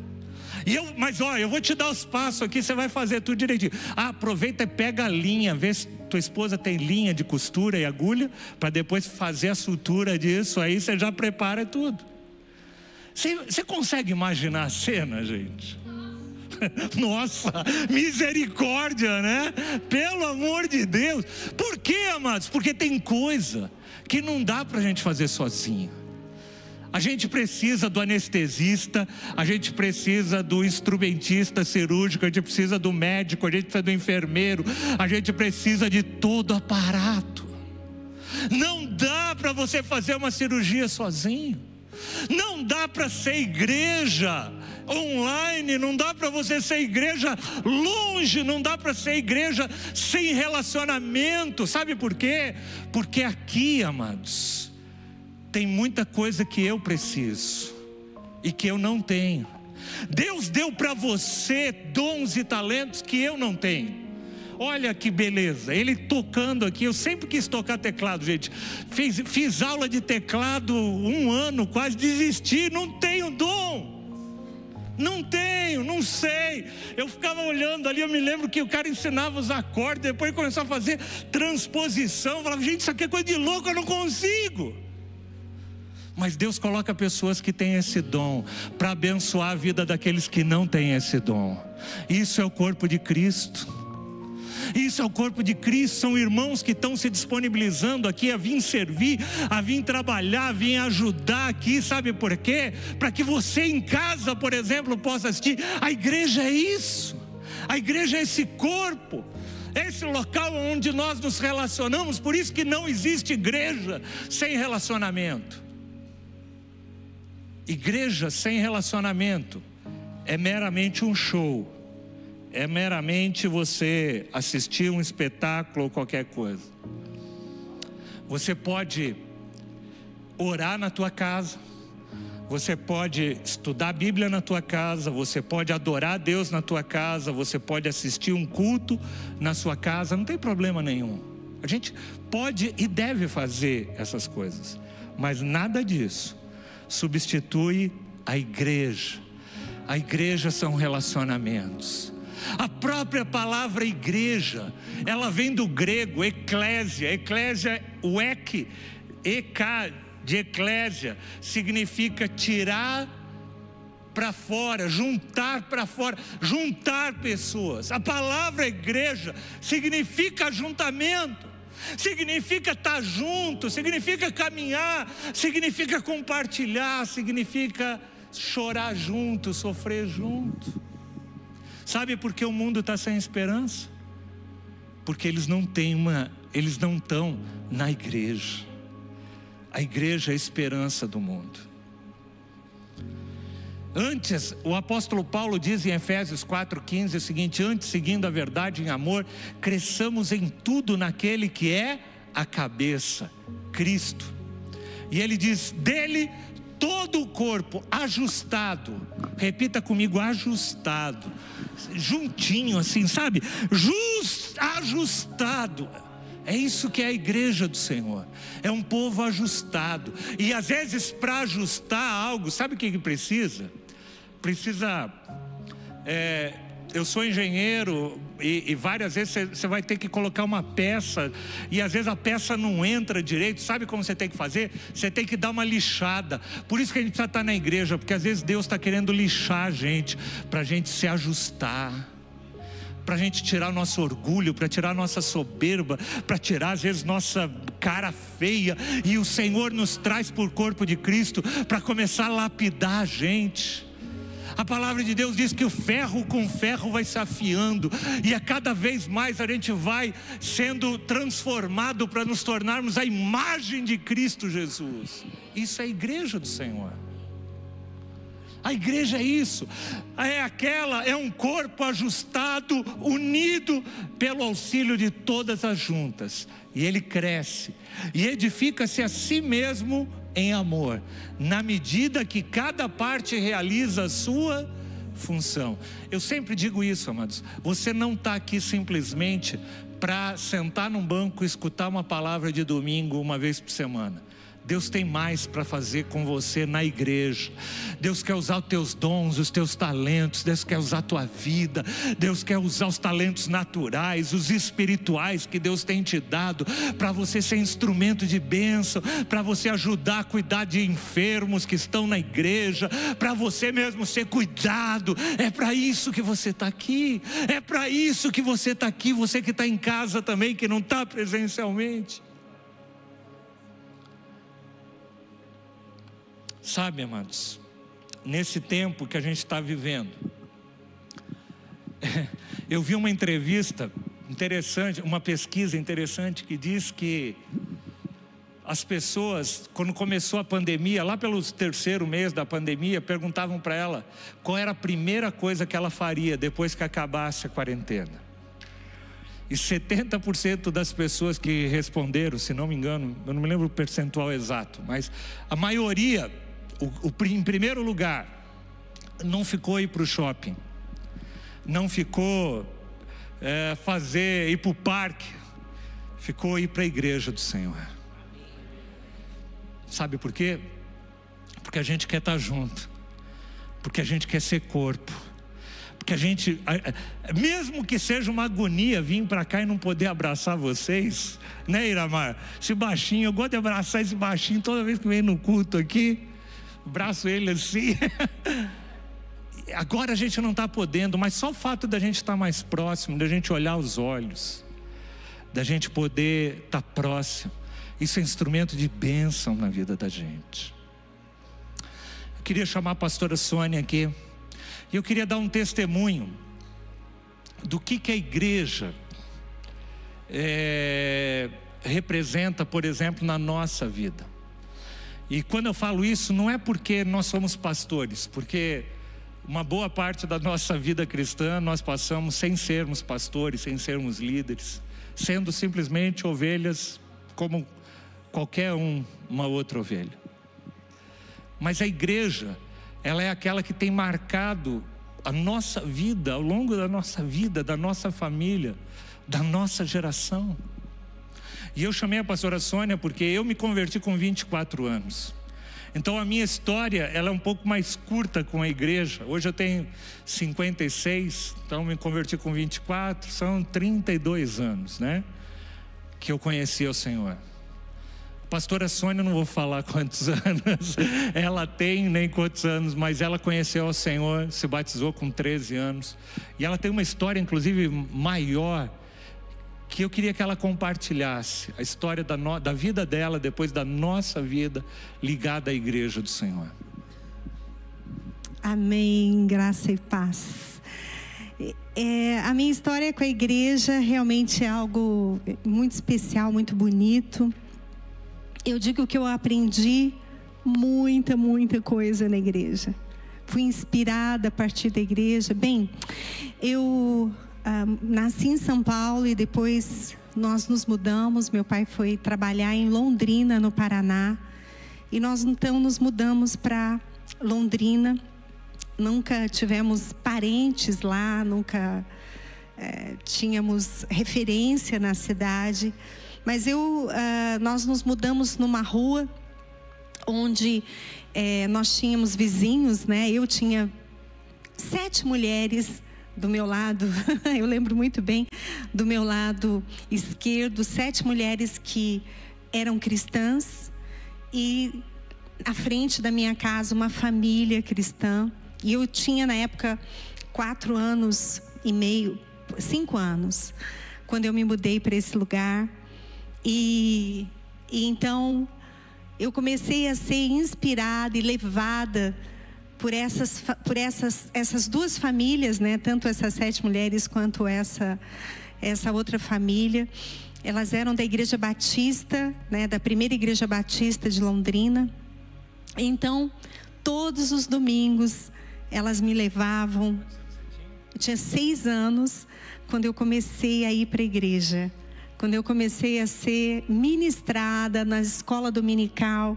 Mas olha, eu vou te dar os passos aqui, você vai fazer tudo direitinho. Aproveita e pega a linha, vê se tua esposa tem linha de costura e agulha, para depois fazer a sutura disso, aí você já prepara tudo. Você consegue imaginar a cena, gente? Nossa, misericórdia, né? Pelo amor de Deus. Por quê, amados? Porque tem coisa que não dá para a gente fazer sozinho. A gente precisa do anestesista, a gente precisa do instrumentista cirúrgico, a gente precisa do médico, a gente precisa do enfermeiro, a gente precisa de todo aparato. Não dá para você fazer uma cirurgia sozinho. Não dá para ser igreja online, não dá para você ser igreja longe, não dá para ser igreja sem relacionamento. Sabe por quê? Porque aqui, amados, tem muita coisa que eu preciso e que eu não tenho. Deus deu para você dons e talentos que eu não tenho. Olha que beleza, ele tocando aqui. Eu sempre quis tocar teclado, gente. Fiz aula de teclado 1 ano, quase desisti. Não tenho dom. Não tenho, não sei. Eu ficava olhando ali, eu me lembro que o cara ensinava os acordes, depois começou a fazer transposição. Eu falava, gente, isso aqui é coisa de louco, eu não consigo. Mas Deus coloca pessoas que têm esse dom para abençoar a vida daqueles que não têm esse dom. Isso é o corpo de Cristo. Isso é o corpo de Cristo, são irmãos que estão se disponibilizando aqui a vir servir, a vir trabalhar, a vir ajudar aqui, sabe por quê? Para que você em casa, por exemplo, possa assistir. A igreja é isso, a igreja é esse corpo, é esse local onde nós nos relacionamos. Por isso que não existe igreja sem relacionamento. Igreja sem relacionamento é meramente um show, é meramente você assistir um espetáculo ou qualquer coisa. Você pode orar na tua casa, você pode estudar a Bíblia na tua casa, você pode adorar a Deus na tua casa, você pode assistir um culto na sua casa, não tem problema nenhum. A gente pode e deve fazer essas coisas, mas nada disso substitui a igreja. A igreja são relacionamentos. A própria palavra igreja, ela vem do grego eclésia. Eclésia, o ek, de eclésia, significa tirar para fora, juntar para fora, juntar pessoas. A palavra igreja significa ajuntamento, significa estar junto, significa caminhar, significa compartilhar, significa chorar junto, sofrer junto. Sabe por que o mundo está sem esperança? Porque eles não estão na igreja. A igreja é a esperança do mundo. Antes, o apóstolo Paulo diz em Efésios 4,15 o seguinte: antes, seguindo a verdade em amor, cresçamos em tudo naquele que é a cabeça, Cristo. E ele diz: dele todo o corpo ajustado, repita comigo, ajustado, juntinho assim, sabe? Ajustado. É isso que é a igreja do Senhor, é um povo ajustado. E às vezes para ajustar algo, sabe o que precisa? Eu sou engenheiro e várias vezes você vai ter que colocar uma peça, e às vezes a peça não entra direito. Sabe como você tem que fazer? Você tem que dar uma lixada. Por isso que a gente precisa estar na igreja, porque às vezes Deus está querendo lixar a gente, para a gente se ajustar, para a gente tirar o nosso orgulho, para tirar a nossa soberba, para tirar às vezes nossa cara feia. E o Senhor nos traz por corpo de Cristo para começar a lapidar a gente. A palavra de Deus diz que o ferro com ferro vai se afiando, e a cada vez mais a gente vai sendo transformado para nos tornarmos a imagem de Cristo Jesus. Isso é a igreja do Senhor. A igreja é isso, é um corpo ajustado, unido pelo auxílio de todas as juntas, e ele cresce e edifica-se a si mesmo em amor, na medida que cada parte realiza a sua função. Eu sempre digo isso, amados, você não está aqui simplesmente para sentar num banco e escutar uma palavra de domingo uma vez por semana. Deus tem mais para fazer com você na igreja. Deus quer usar os teus dons, os teus talentos. Deus quer usar a tua vida. Deus quer usar os talentos naturais, os espirituais que Deus tem te dado, para você ser instrumento de bênção, para você ajudar a cuidar de enfermos que estão na igreja, para você mesmo ser cuidado. É para isso que você está aqui. É para isso que você está aqui. Você que está em casa também, que não está presencialmente. Sabe, amados, nesse tempo que a gente está vivendo, eu vi uma entrevista interessante, uma pesquisa interessante, que diz que as pessoas, quando começou a pandemia, lá pelo terceiro mês da pandemia, perguntavam para ela qual era a primeira coisa que ela faria depois que acabasse a quarentena. E 70% das pessoas que responderam, se não me engano, eu não me lembro o percentual exato, mas a maioria, em primeiro lugar, não ficou ir para o shopping, não ficou ir para o parque, ficou ir para a igreja do Senhor. Sabe por quê? Porque a gente quer estar junto, porque a gente quer ser corpo, porque a gente, mesmo que seja uma agonia vir para cá e não poder abraçar vocês, né, Iramar? Esse baixinho, eu gosto de abraçar esse baixinho toda vez que vem no culto aqui, abraço ele assim. agora a gente não está podendo, mas só o fato da gente estar mais próximo, da gente olhar os olhos, da gente poder estar próximo, isso é instrumento de bênção na vida da gente. Eu queria chamar a pastora Sônia aqui, e eu queria dar um testemunho do que a igreja representa, por exemplo, na nossa vida. E quando eu falo isso, não é porque nós somos pastores, porque uma boa parte da nossa vida cristã nós passamos sem sermos pastores, sem sermos líderes, sendo simplesmente ovelhas como qualquer uma outra ovelha. Mas a igreja, ela é aquela que tem marcado a nossa vida, ao longo da nossa vida, da nossa família, da nossa geração. E eu chamei a pastora Sônia porque eu me converti com 24 anos. Então a minha história, ela é um pouco mais curta com a igreja. Hoje eu tenho 56, então me converti com 24, são 32 anos, né? Que eu conheci o Senhor. Pastora Sônia, não vou falar quantos anos ela tem, nem quantos anos, mas ela conheceu o Senhor, se batizou com 13 anos. E ela tem uma história, inclusive, maior, que eu queria que ela compartilhasse. A história da vida dela, depois da nossa vida, ligada à igreja do Senhor. Amém, graça e paz. A minha história com a igreja realmente é algo muito especial, muito bonito. Eu digo que eu aprendi muita coisa na igreja. Fui inspirada a partir da igreja. Bem, eu nasci em São Paulo e depois nós nos mudamos. Meu pai foi trabalhar em Londrina, no Paraná. E nós então nos mudamos para Londrina. Nunca tivemos parentes lá, nunca tínhamos referência na cidade. Mas nós nos mudamos numa rua onde nós tínhamos vizinhos, né? Eu tinha 7 mulheres do meu lado, eu lembro muito bem, do meu lado esquerdo, 7 mulheres que eram cristãs, e à frente da minha casa uma família cristã. E eu tinha na época 4 anos e meio, 5 anos, quando eu me mudei para esse lugar. E então eu comecei a ser inspirada e levada por essas 2 famílias, né? Tanto essas 7 mulheres quanto essa outra família. Elas eram da Igreja Batista, né? Da primeira Igreja Batista de Londrina. Então, todos os domingos elas me levavam. Eu tinha 6 anos quando eu comecei a ir para a igreja. Quando eu comecei a ser ministrada na escola dominical.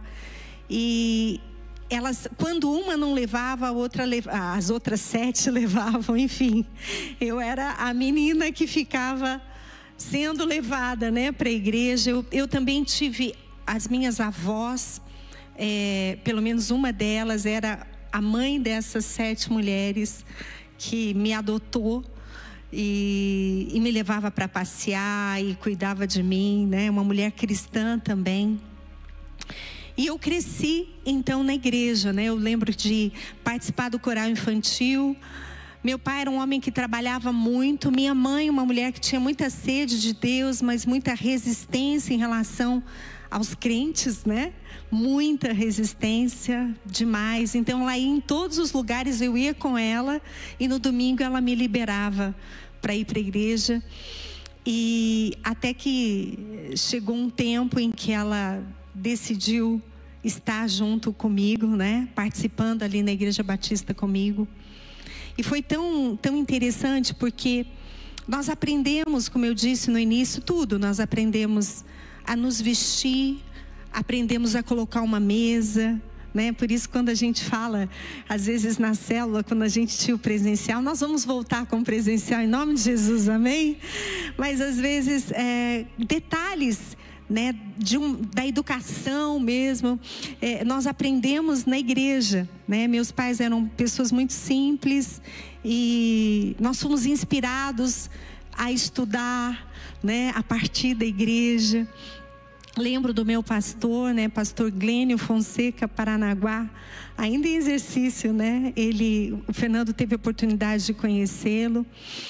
E elas, quando uma não levava, a outra as outras 7 levavam, enfim. Eu era a menina que ficava sendo levada, né, para a igreja. Eu também tive as minhas avós, pelo menos uma delas era a mãe dessas 7 mulheres que me adotou. E me levava para passear e cuidava de mim, né? Uma mulher cristã também. E eu cresci então na igreja, né? Eu lembro de participar do coral infantil. Meu pai era um homem que trabalhava muito. Minha mãe, uma mulher que tinha muita sede de Deus, mas muita resistência em relação aos crentes, né? Muita resistência, demais. Então lá em todos os lugares eu ia com ela, e no domingo ela me liberava para ir para a igreja. E até que chegou um tempo em que ela decidiu estar junto comigo, né? Participando ali na Igreja Batista comigo. E foi tão interessante porque nós aprendemos, como eu disse no início, tudo. Nós aprendemos a nos vestir, aprendemos a colocar uma mesa, né? Por isso, quando a gente fala, às vezes na célula, quando a gente tinha o presencial, nós vamos voltar com o presencial em nome de Jesus, amém? Mas às vezes, detalhes, né, da educação mesmo, nós aprendemos na igreja, né? Meus pais eram pessoas muito simples e nós fomos inspirados a estudar, né, a partir da igreja. lembro do meu pastor, né, pastor Glênio Fonseca Paranaguá, ainda em exercício, né? O Fernando teve a oportunidade de conhecê-lo.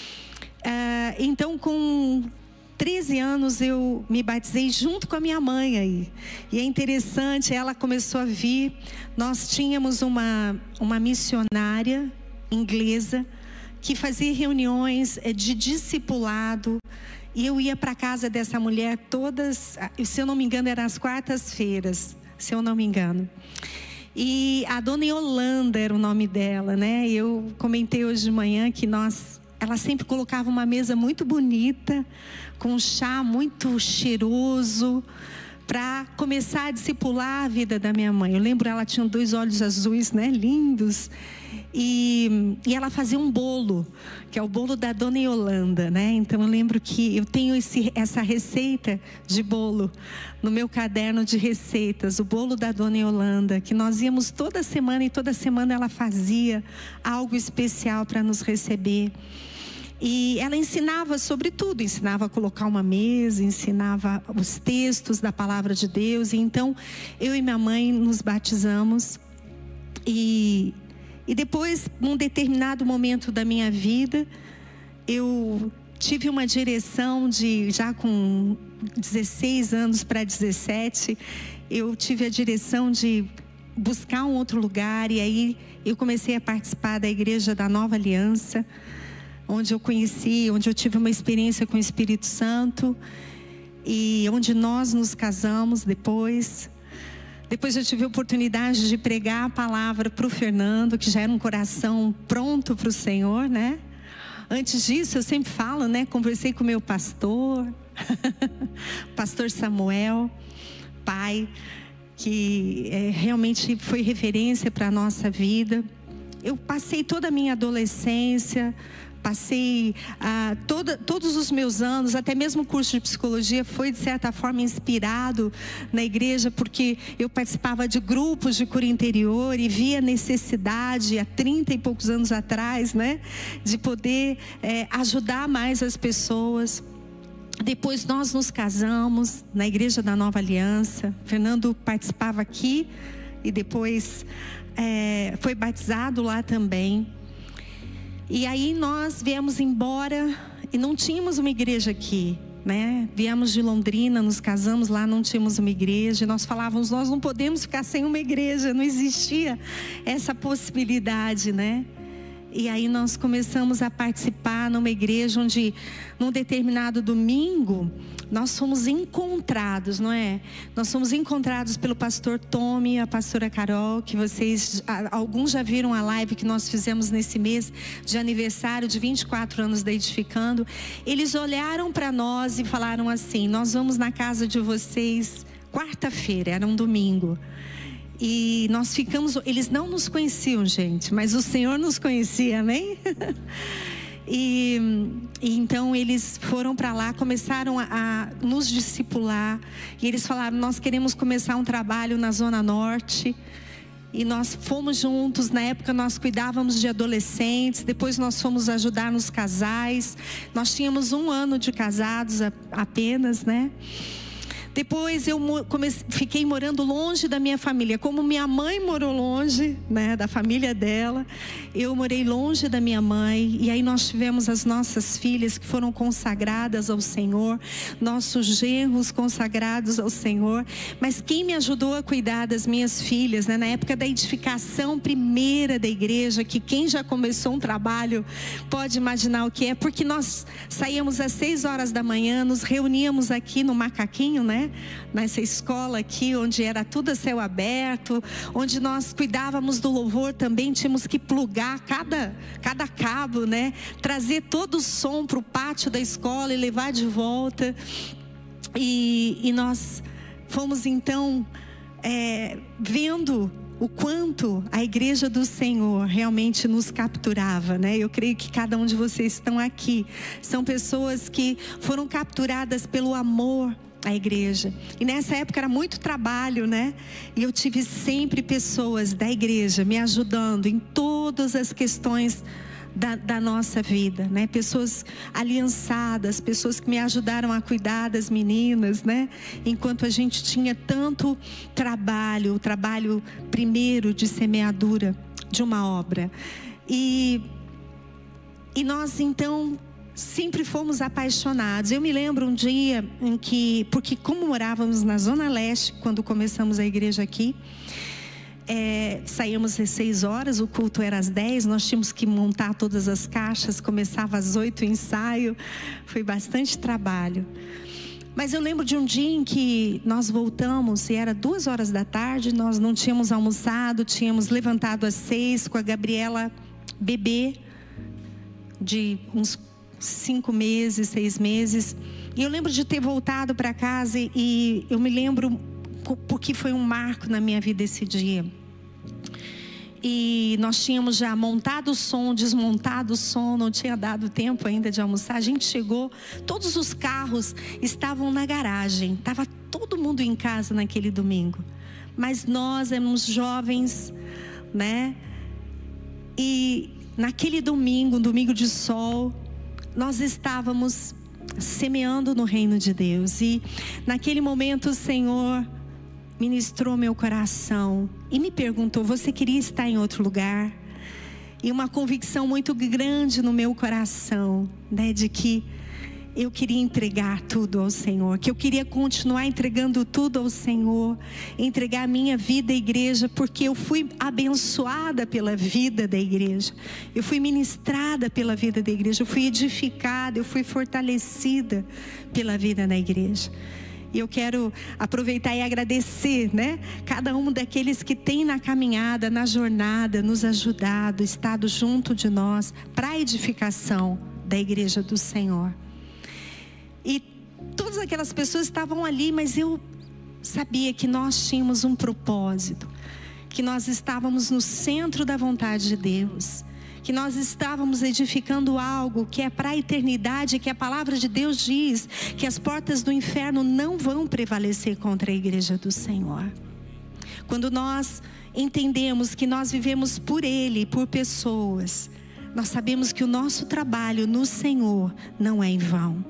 Então, com 13 anos eu me batizei junto com a minha mãe aí. E é interessante, ela começou a vir. Nós tínhamos uma missionária inglesa que fazia reuniões de discipulado. E eu ia para a casa dessa mulher todas, se eu não me engano, eram as quartas-feiras, se eu não me engano. E a dona Yolanda era o nome dela, né? Eu comentei hoje de manhã que ela sempre colocava uma mesa muito bonita, com um chá muito cheiroso, para começar a discipular a vida da minha mãe. Eu lembro, ela tinha 2 olhos azuis, né? Lindos. E ela fazia um bolo, que é o bolo da dona Yolanda, né? Então eu lembro que eu tenho essa receita de bolo no meu caderno de receitas, o bolo da dona Yolanda, que nós íamos toda semana, e toda semana ela fazia algo especial para nos receber. E ela ensinava sobre tudo, ensinava a colocar uma mesa, ensinava os textos da palavra de Deus. E então eu e minha mãe nos batizamos. E depois, num determinado momento da minha vida, eu tive uma direção já com 16 anos para 17, eu tive a direção de buscar um outro lugar. E aí eu comecei a participar da Igreja da Nova Aliança, onde eu tive uma experiência com o Espírito Santo, e onde nós nos casamos depois. Depois eu tive a oportunidade de pregar a palavra para o Fernando, que já era um coração pronto para o Senhor, né? Antes disso, eu sempre falo, né? Conversei com o meu pastor, pastor Samuel, pai, que realmente foi referência para a nossa vida. Eu passei toda a minha adolescência, passei todos os meus anos, até mesmo o curso de psicologia foi de certa forma inspirado na igreja, porque eu participava de grupos de cura interior e via necessidade há 30 e poucos anos atrás, né, de poder ajudar mais as pessoas. Depois nós nos casamos na Igreja da Nova Aliança. Fernando participava aqui e depois foi batizado lá também. E aí nós viemos embora e não tínhamos uma igreja aqui, né? Viemos de Londrina, nos casamos lá, não tínhamos uma igreja. E nós falávamos, nós não podemos ficar sem uma igreja, não existia essa possibilidade, né? E aí nós começamos a participar numa igreja onde, num determinado domingo, nós fomos encontrados, não é? Nós fomos encontrados pelo pastor Tommy e a pastora Carol, que alguns já viram a live que nós fizemos nesse mês de aniversário de 24 anos da Edificando. Eles olharam para nós e falaram assim, nós vamos na casa de vocês quarta-feira, era um domingo. E nós ficamos, eles não nos conheciam, gente, mas o Senhor nos conhecia, amém? E então eles foram para lá, começaram a nos discipular. E eles falaram, nós queremos começar um trabalho na Zona Norte. E nós fomos juntos, na época nós cuidávamos de adolescentes, depois nós fomos ajudar nos casais. Nós tínhamos 1 ano de casados apenas, né? Depois eu fiquei morando longe da minha família. Como minha mãe morou longe, né, da família dela, eu morei longe da minha mãe. E aí nós tivemos as nossas filhas que foram consagradas ao Senhor, nossos genros consagrados ao Senhor. Mas quem me ajudou a cuidar das minhas filhas, né, na época da edificação primeira da igreja, que quem já começou um trabalho pode imaginar o que é, porque nós saíamos às 6 horas da manhã, nos reuníamos aqui no Macaquinho, né? Nessa escola aqui, onde era tudo a céu aberto, onde nós cuidávamos do louvor também, tínhamos que plugar cada cabo, né? Trazer todo o som para o pátio da escola e levar de volta. E nós fomos então vendo o quanto a igreja do Senhor realmente nos capturava, né? Eu creio que cada um de vocês estão aqui são pessoas que foram capturadas pelo amor à igreja. E nessa época era muito trabalho, né? E eu tive sempre pessoas da igreja me ajudando em todas as questões da nossa vida, né? Pessoas aliançadas, pessoas que me ajudaram a cuidar das meninas, né? Enquanto a gente tinha tanto trabalho, o trabalho primeiro de semeadura de uma obra. E nós então sempre fomos apaixonados. Eu me lembro um dia em que, porque como morávamos na Zona Leste, quando começamos a igreja aqui, saíamos às 6 horas, o culto era às 10, nós tínhamos que montar todas as caixas, começava às 8 o ensaio, foi bastante trabalho. Mas eu lembro de um dia em que nós voltamos, e era 2 horas da tarde, nós não tínhamos almoçado, tínhamos levantado às 6 com a Gabriela bebê, de uns 5 meses, 6 meses. E eu lembro de ter voltado para casa e eu me lembro, porque foi um marco na minha vida esse dia. E nós tínhamos já montado o som, desmontado o som, não tinha dado tempo ainda de almoçar. A gente chegou, todos os carros estavam na garagem, estava todo mundo em casa naquele domingo. Mas nós éramos jovens, né? E naquele domingo, um domingo de sol, nós estávamos semeando no reino de Deus. E naquele momento o Senhor ministrou meu coração e me perguntou: você queria estar em outro lugar? E uma convicção muito grande no meu coração, né, de que eu queria entregar tudo ao Senhor, que eu queria continuar entregando tudo ao Senhor, entregar a minha vida à igreja, porque eu fui abençoada pela vida da igreja, eu fui ministrada pela vida da igreja, eu fui edificada, eu fui fortalecida pela vida da igreja. E eu quero aproveitar e agradecer, né, cada um daqueles que tem na caminhada, na jornada, nos ajudado, estado junto de nós, para a edificação da igreja do Senhor. E todas aquelas pessoas estavam ali, mas eu sabia que nós tínhamos um propósito, que nós estávamos no centro da vontade de Deus, que nós estávamos edificando algo que é para a eternidade, que a palavra de Deus diz que as portas do inferno não vão prevalecer contra a igreja do Senhor. Quando nós entendemos que nós vivemos por Ele, por pessoas, nós sabemos que o nosso trabalho no Senhor não é em vão.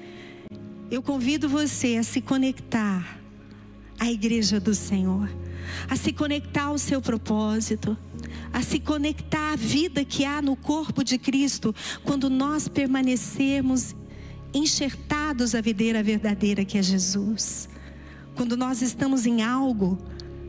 Eu convido você a se conectar à igreja do Senhor, a se conectar ao seu propósito, a se conectar à vida que há no corpo de Cristo, quando nós permanecermos enxertados à videira verdadeira que é Jesus. Quando nós estamos em algo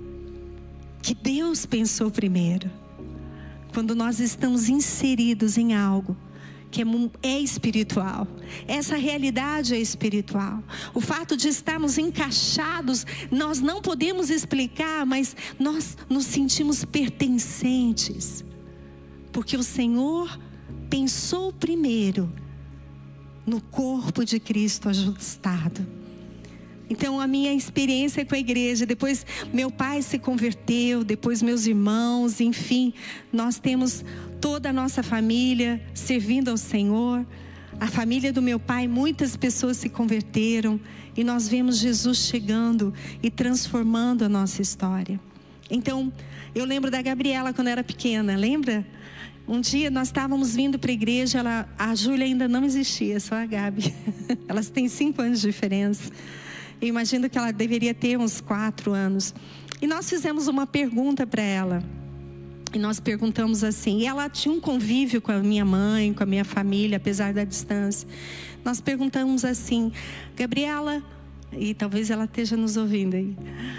que Deus pensou primeiro, quando nós estamos inseridos em algo que é espiritual. Essa realidade é espiritual. O fato de estarmos encaixados, nós não podemos explicar, mas nós nos sentimos pertencentes, porque o Senhor pensou primeiro no corpo de Cristo ajustado. Então a minha experiência com a igreja, depois meu pai se converteu, depois meus irmãos, enfim, nós temos toda a nossa família servindo ao Senhor. A família do meu pai, muitas pessoas se converteram e nós vemos Jesus chegando e transformando a nossa história. Então eu lembro da Gabriela quando era pequena, lembra? Um dia nós estávamos vindo para a igreja, a Júlia ainda não existia, só a Gabi. Elas têm 5 anos de diferença. Eu imagino que ela deveria ter uns 4 anos. E nós fizemos uma pergunta para ela. E nós perguntamos assim, e ela tinha um convívio com a minha mãe, com a minha família, apesar da distância. Nós perguntamos assim: Gabriela, e talvez ela esteja nos ouvindo aí,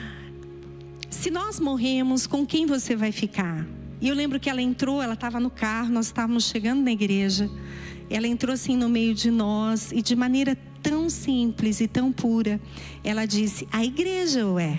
se nós morremos, com quem você vai ficar? E eu lembro que ela entrou, ela estava no carro, nós estávamos chegando na igreja. Ela entrou assim no meio de nós e de maneira tão simples e tão pura, ela disse: a igreja, ué.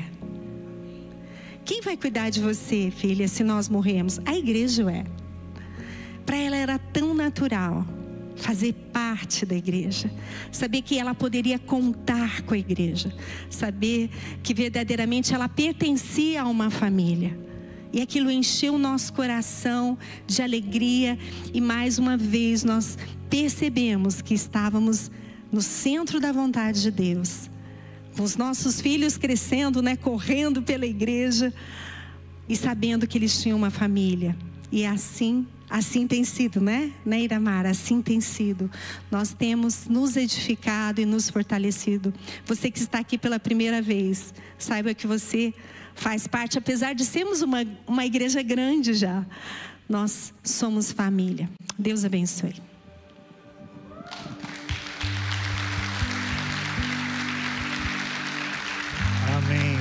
Quem vai cuidar de você, filha, se nós morrermos? A igreja, ué. Para ela era tão natural fazer parte da igreja, saber que ela poderia contar com a igreja, saber que verdadeiramente ela pertencia a uma família. E aquilo encheu o nosso coração de alegria. E mais uma vez nós percebemos que estávamos no centro da vontade de Deus. Com os nossos filhos crescendo, né, correndo pela igreja. E sabendo que eles tinham uma família. E assim Assim tem sido, né, Iramar? Assim tem sido. Nós temos nos edificado e nos fortalecido. Você que está aqui pela primeira vez, saiba que você faz parte, apesar de sermos uma igreja grande já, nós somos família. Deus abençoe. Amém.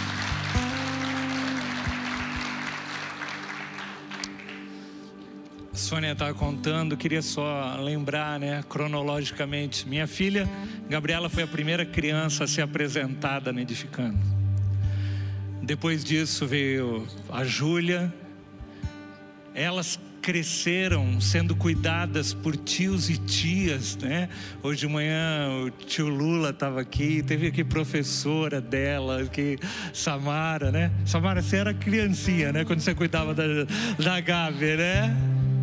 A Sônia estava contando, queria só lembrar, né, cronologicamente. Minha filha, Gabriela, foi a primeira criança a ser apresentada no Edificando. Depois disso veio a Júlia. Elas cresceram sendo cuidadas por tios e tias, né? Hoje de manhã o tio Lula estava aqui, teve aqui professora dela, aqui, Samara, né? Samara, você era criancinha, né? Quando você cuidava da Gabi, né?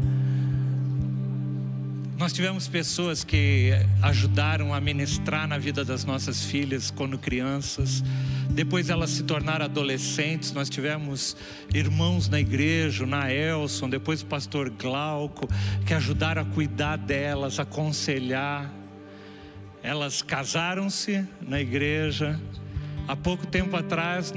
Nós tivemos pessoas que ajudaram a ministrar na vida das nossas filhas quando crianças. Depois elas se tornaram adolescentes. Nós tivemos irmãos na igreja, na Elson, depois o pastor Glauco, que ajudaram a cuidar delas, aconselhar. Elas casaram-se na igreja. Há pouco tempo atrás,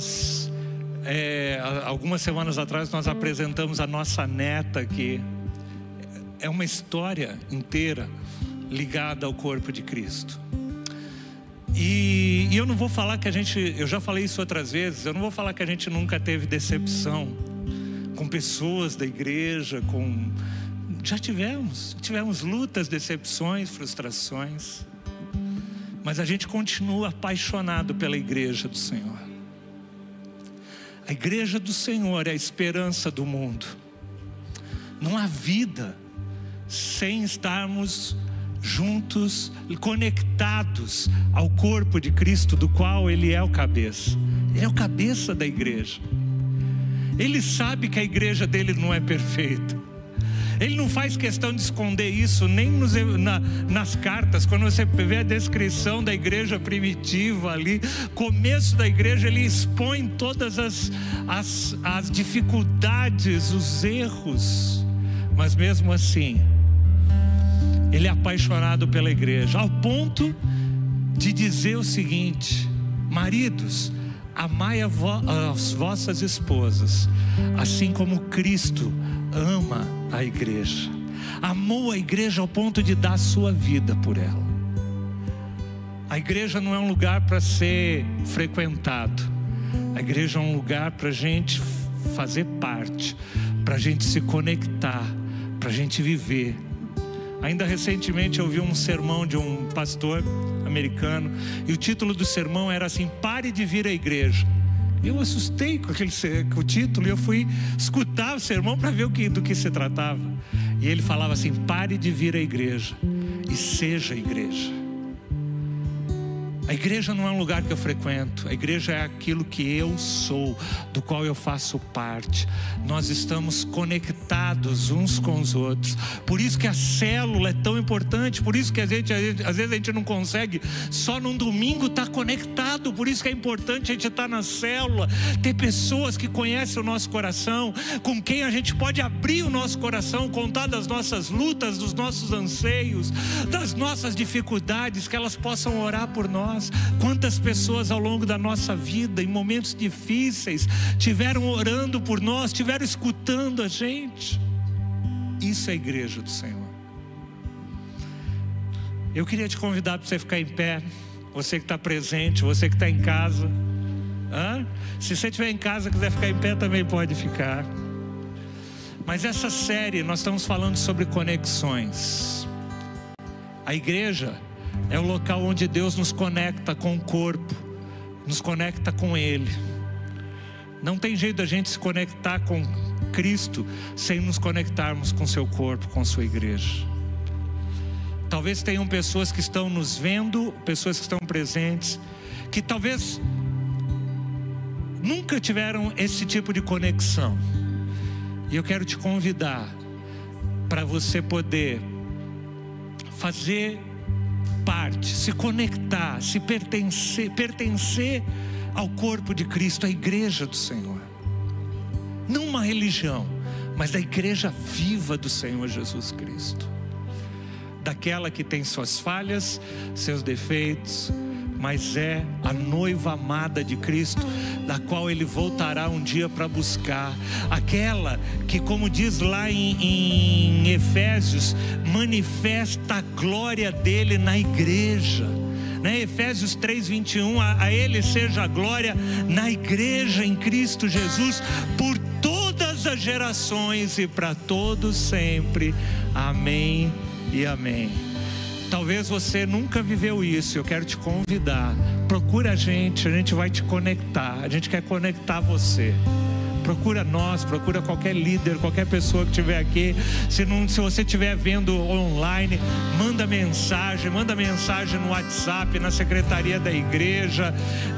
algumas semanas atrás, nós apresentamos a nossa neta aqui. É uma história inteira ligada ao corpo de Cristo. E eu não vou falar que eu já falei isso outras vezes, eu não vou falar que a gente nunca teve decepção com pessoas da igreja, já tivemos lutas, decepções, frustrações, mas a gente continua apaixonado pela igreja do Senhor. A igreja do Senhor é a esperança do mundo. Não há vida sem estarmos juntos e conectados ao corpo de Cristo, do qual Ele é o cabeça. Ele é o cabeça da igreja. Ele sabe que a igreja dele não é perfeita. Ele não faz questão de esconder isso, nem nas cartas. Quando você vê a descrição da igreja primitiva ali, começo da igreja, ele expõe todas as dificuldades, os erros. Mas mesmo assim, ele é apaixonado pela igreja, ao ponto de dizer o seguinte: maridos, amai as vossas esposas, assim como Cristo ama a igreja. Amou a igreja ao ponto de dar a sua vida por ela. A igreja não é um lugar para ser frequentado. A igreja é um lugar para a gente fazer parte, para a gente se conectar, para a gente viver. Ainda recentemente eu ouvi um sermão de um pastor americano, e o título do sermão era assim: pare de vir à igreja. Eu assustei com o título, e eu fui escutar o sermão para ver do que se tratava. E ele falava assim: pare de vir à igreja e seja a igreja. A igreja não é um lugar que eu frequento. A igreja é aquilo que eu sou, do qual eu faço parte. Nós estamos conectados uns com os outros. Por isso que a célula é tão importante. Por isso que às vezes a gente não consegue só num domingo estar conectado. Por isso que é importante a gente estar na célula, ter pessoas que conhecem o nosso coração, com quem a gente pode abrir o nosso coração, contar das nossas lutas, dos nossos anseios, das nossas dificuldades, que elas possam orar por nós. Quantas pessoas ao longo da nossa vida, em momentos difíceis, tiveram orando por nós, tiveram escutando a gente. Isso é a igreja do Senhor. Eu queria te convidar para você ficar em pé. Você que está presente, você que está em casa. Se você estiver em casa e quiser ficar em pé, também pode ficar. Mas essa série nós estamos falando sobre conexões. A igreja é o local onde Deus nos conecta com o corpo, nos conecta com Ele. Não tem jeito da gente se conectar com Cristo sem nos conectarmos com seu corpo, com sua igreja. Talvez tenham pessoas que estão nos vendo, pessoas que estão presentes, que talvez nunca tiveram esse tipo de conexão. E eu quero te convidar para você poder fazer parte, se conectar, se pertencer ao corpo de Cristo, à igreja do Senhor. Não uma religião, mas da igreja viva do Senhor Jesus Cristo. Daquela que tem suas falhas, seus defeitos, mas é a noiva amada de Cristo, da qual Ele voltará um dia para buscar. Aquela que, como diz lá em Efésios, manifesta a glória dEle na igreja. Efésios 3:21, a Ele seja a glória na igreja em Cristo Jesus, por todas as gerações e para todos sempre. Amém e amém. Talvez você nunca viveu isso, eu quero te convidar. Procura a gente vai te conectar, a gente quer conectar você. Procura nós, procura qualquer líder, qualquer pessoa que estiver aqui. Se você estiver vendo online, manda mensagem no WhatsApp, na secretaria da igreja.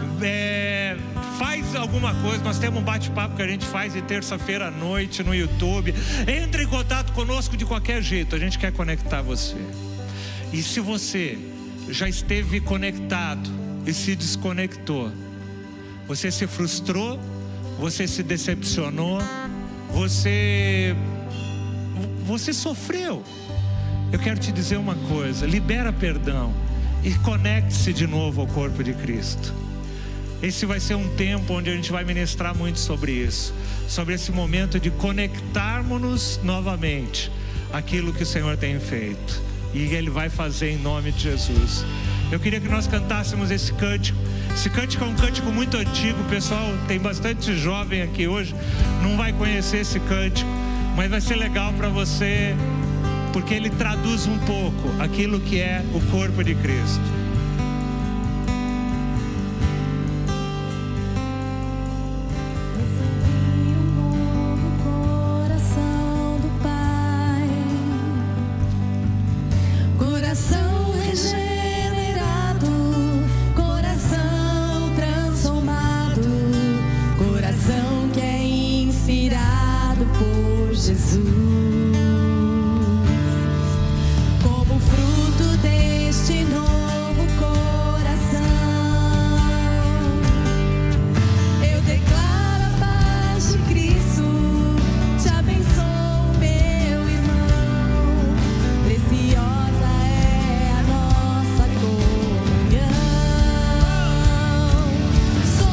Faz alguma coisa. Nós temos um bate-papo que a gente faz de terça-feira à noite no YouTube. Entre em contato conosco de qualquer jeito, a gente quer conectar você. E se você já esteve conectado e se desconectou, você se frustrou, você se decepcionou, você sofreu, eu quero te dizer uma coisa: libera perdão e conecte-se de novo ao corpo de Cristo. Esse vai ser um tempo onde a gente vai ministrar muito sobre isso, sobre esse momento de conectarmos-nos novamente àquilo que o Senhor tem feito, e Ele vai fazer em nome de Jesus. Eu queria que nós cantássemos esse cântico. Esse cântico é um cântico muito antigo, pessoal, tem bastante jovem aqui hoje, não vai conhecer esse cântico, mas vai ser legal para você, porque ele traduz um pouco aquilo que é o corpo de Cristo.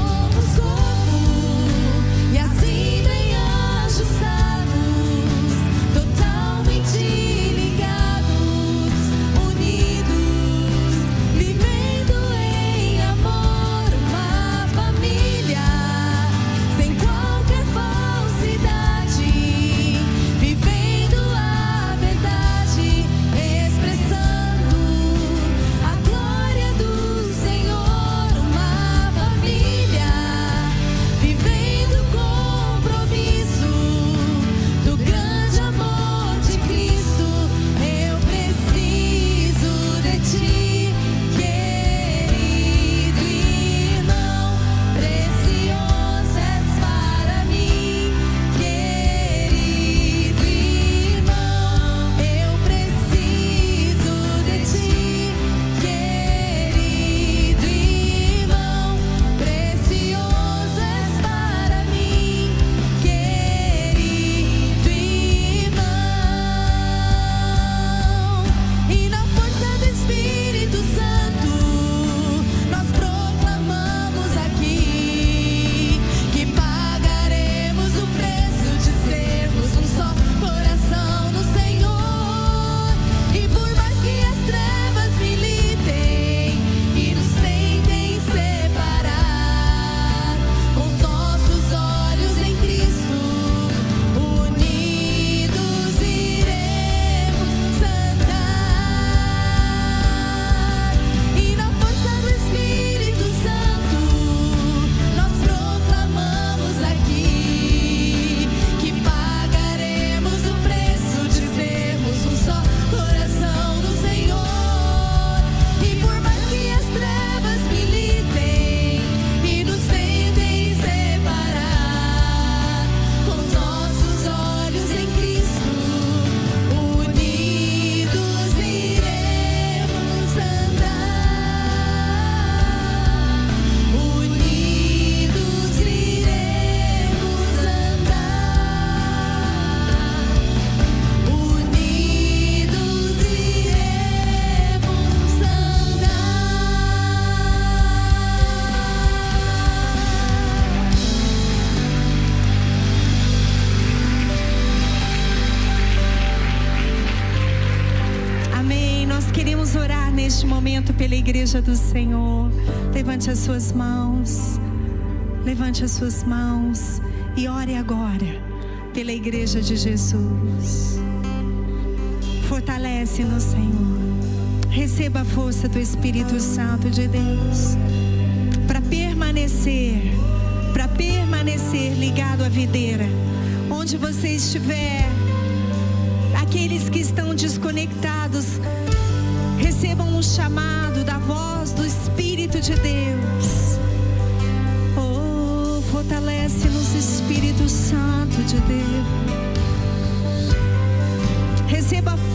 E assim bem ajustados neste momento pela igreja do Senhor. Levante as suas mãos. Levante as suas mãos e ore agora pela igreja de Jesus. Fortalece-nos, Senhor. Receba a força do Espírito Santo de Deus para permanecer ligado à videira. Onde você estiver, aqueles que estão desconectados, recebam um chamado da voz do Espírito de Deus. Oh, fortalece-nos, Espírito Santo de Deus. Receba a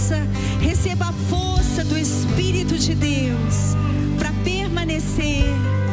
força do Espírito de Deus para permanecer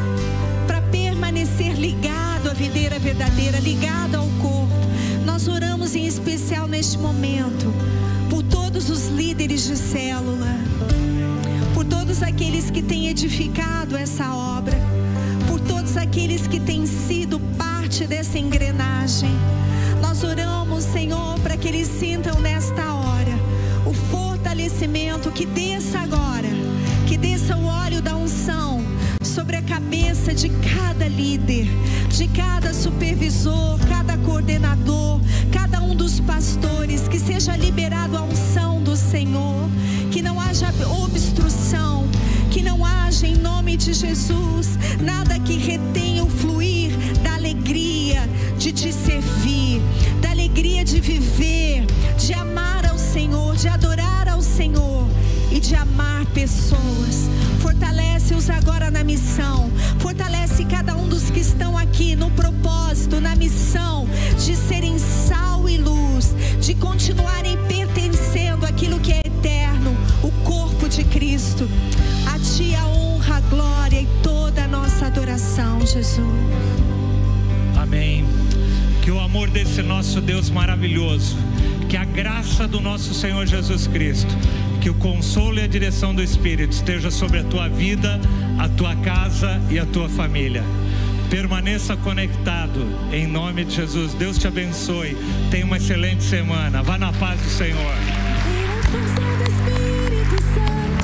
ligado à videira verdadeira, ligado ao corpo. Nós oramos em especial neste momento por todos os líderes de célula, por todos aqueles que têm edificado essa obra, por todos aqueles que têm sido parte dessa engrenagem. Nós oramos, Senhor, para que eles sintam nesta hora o fortalecimento, que desça agora, que desça o óleo da unção sobre a cabeça de cada líder, de cada supervisor, cada coordenador, cada um dos pastores, que seja liberado a unção do Senhor, que não haja obstrução, que não haja, em nome de Jesus, nada que retenha o fluir da alegria de te servir, da alegria de viver, de amar ao Senhor, de adorar ao Senhor e de amar pessoas. Fortalece-os agora na missão. Fortalece cada um dos que estão aqui no propósito, na missão de serem sal e luz, de continuarem pertencendo àquilo que é eterno, o corpo de Cristo. A Ti a honra, a glória e toda a nossa adoração, Jesus. Amém. Que o amor desse nosso Deus maravilhoso, que a graça do nosso Senhor Jesus Cristo, que o consolo e a direção do Espírito esteja sobre a tua vida, a tua casa e a tua família. Permaneça conectado em nome de Jesus. Deus te abençoe. Tenha uma excelente semana. Vá na paz do Senhor.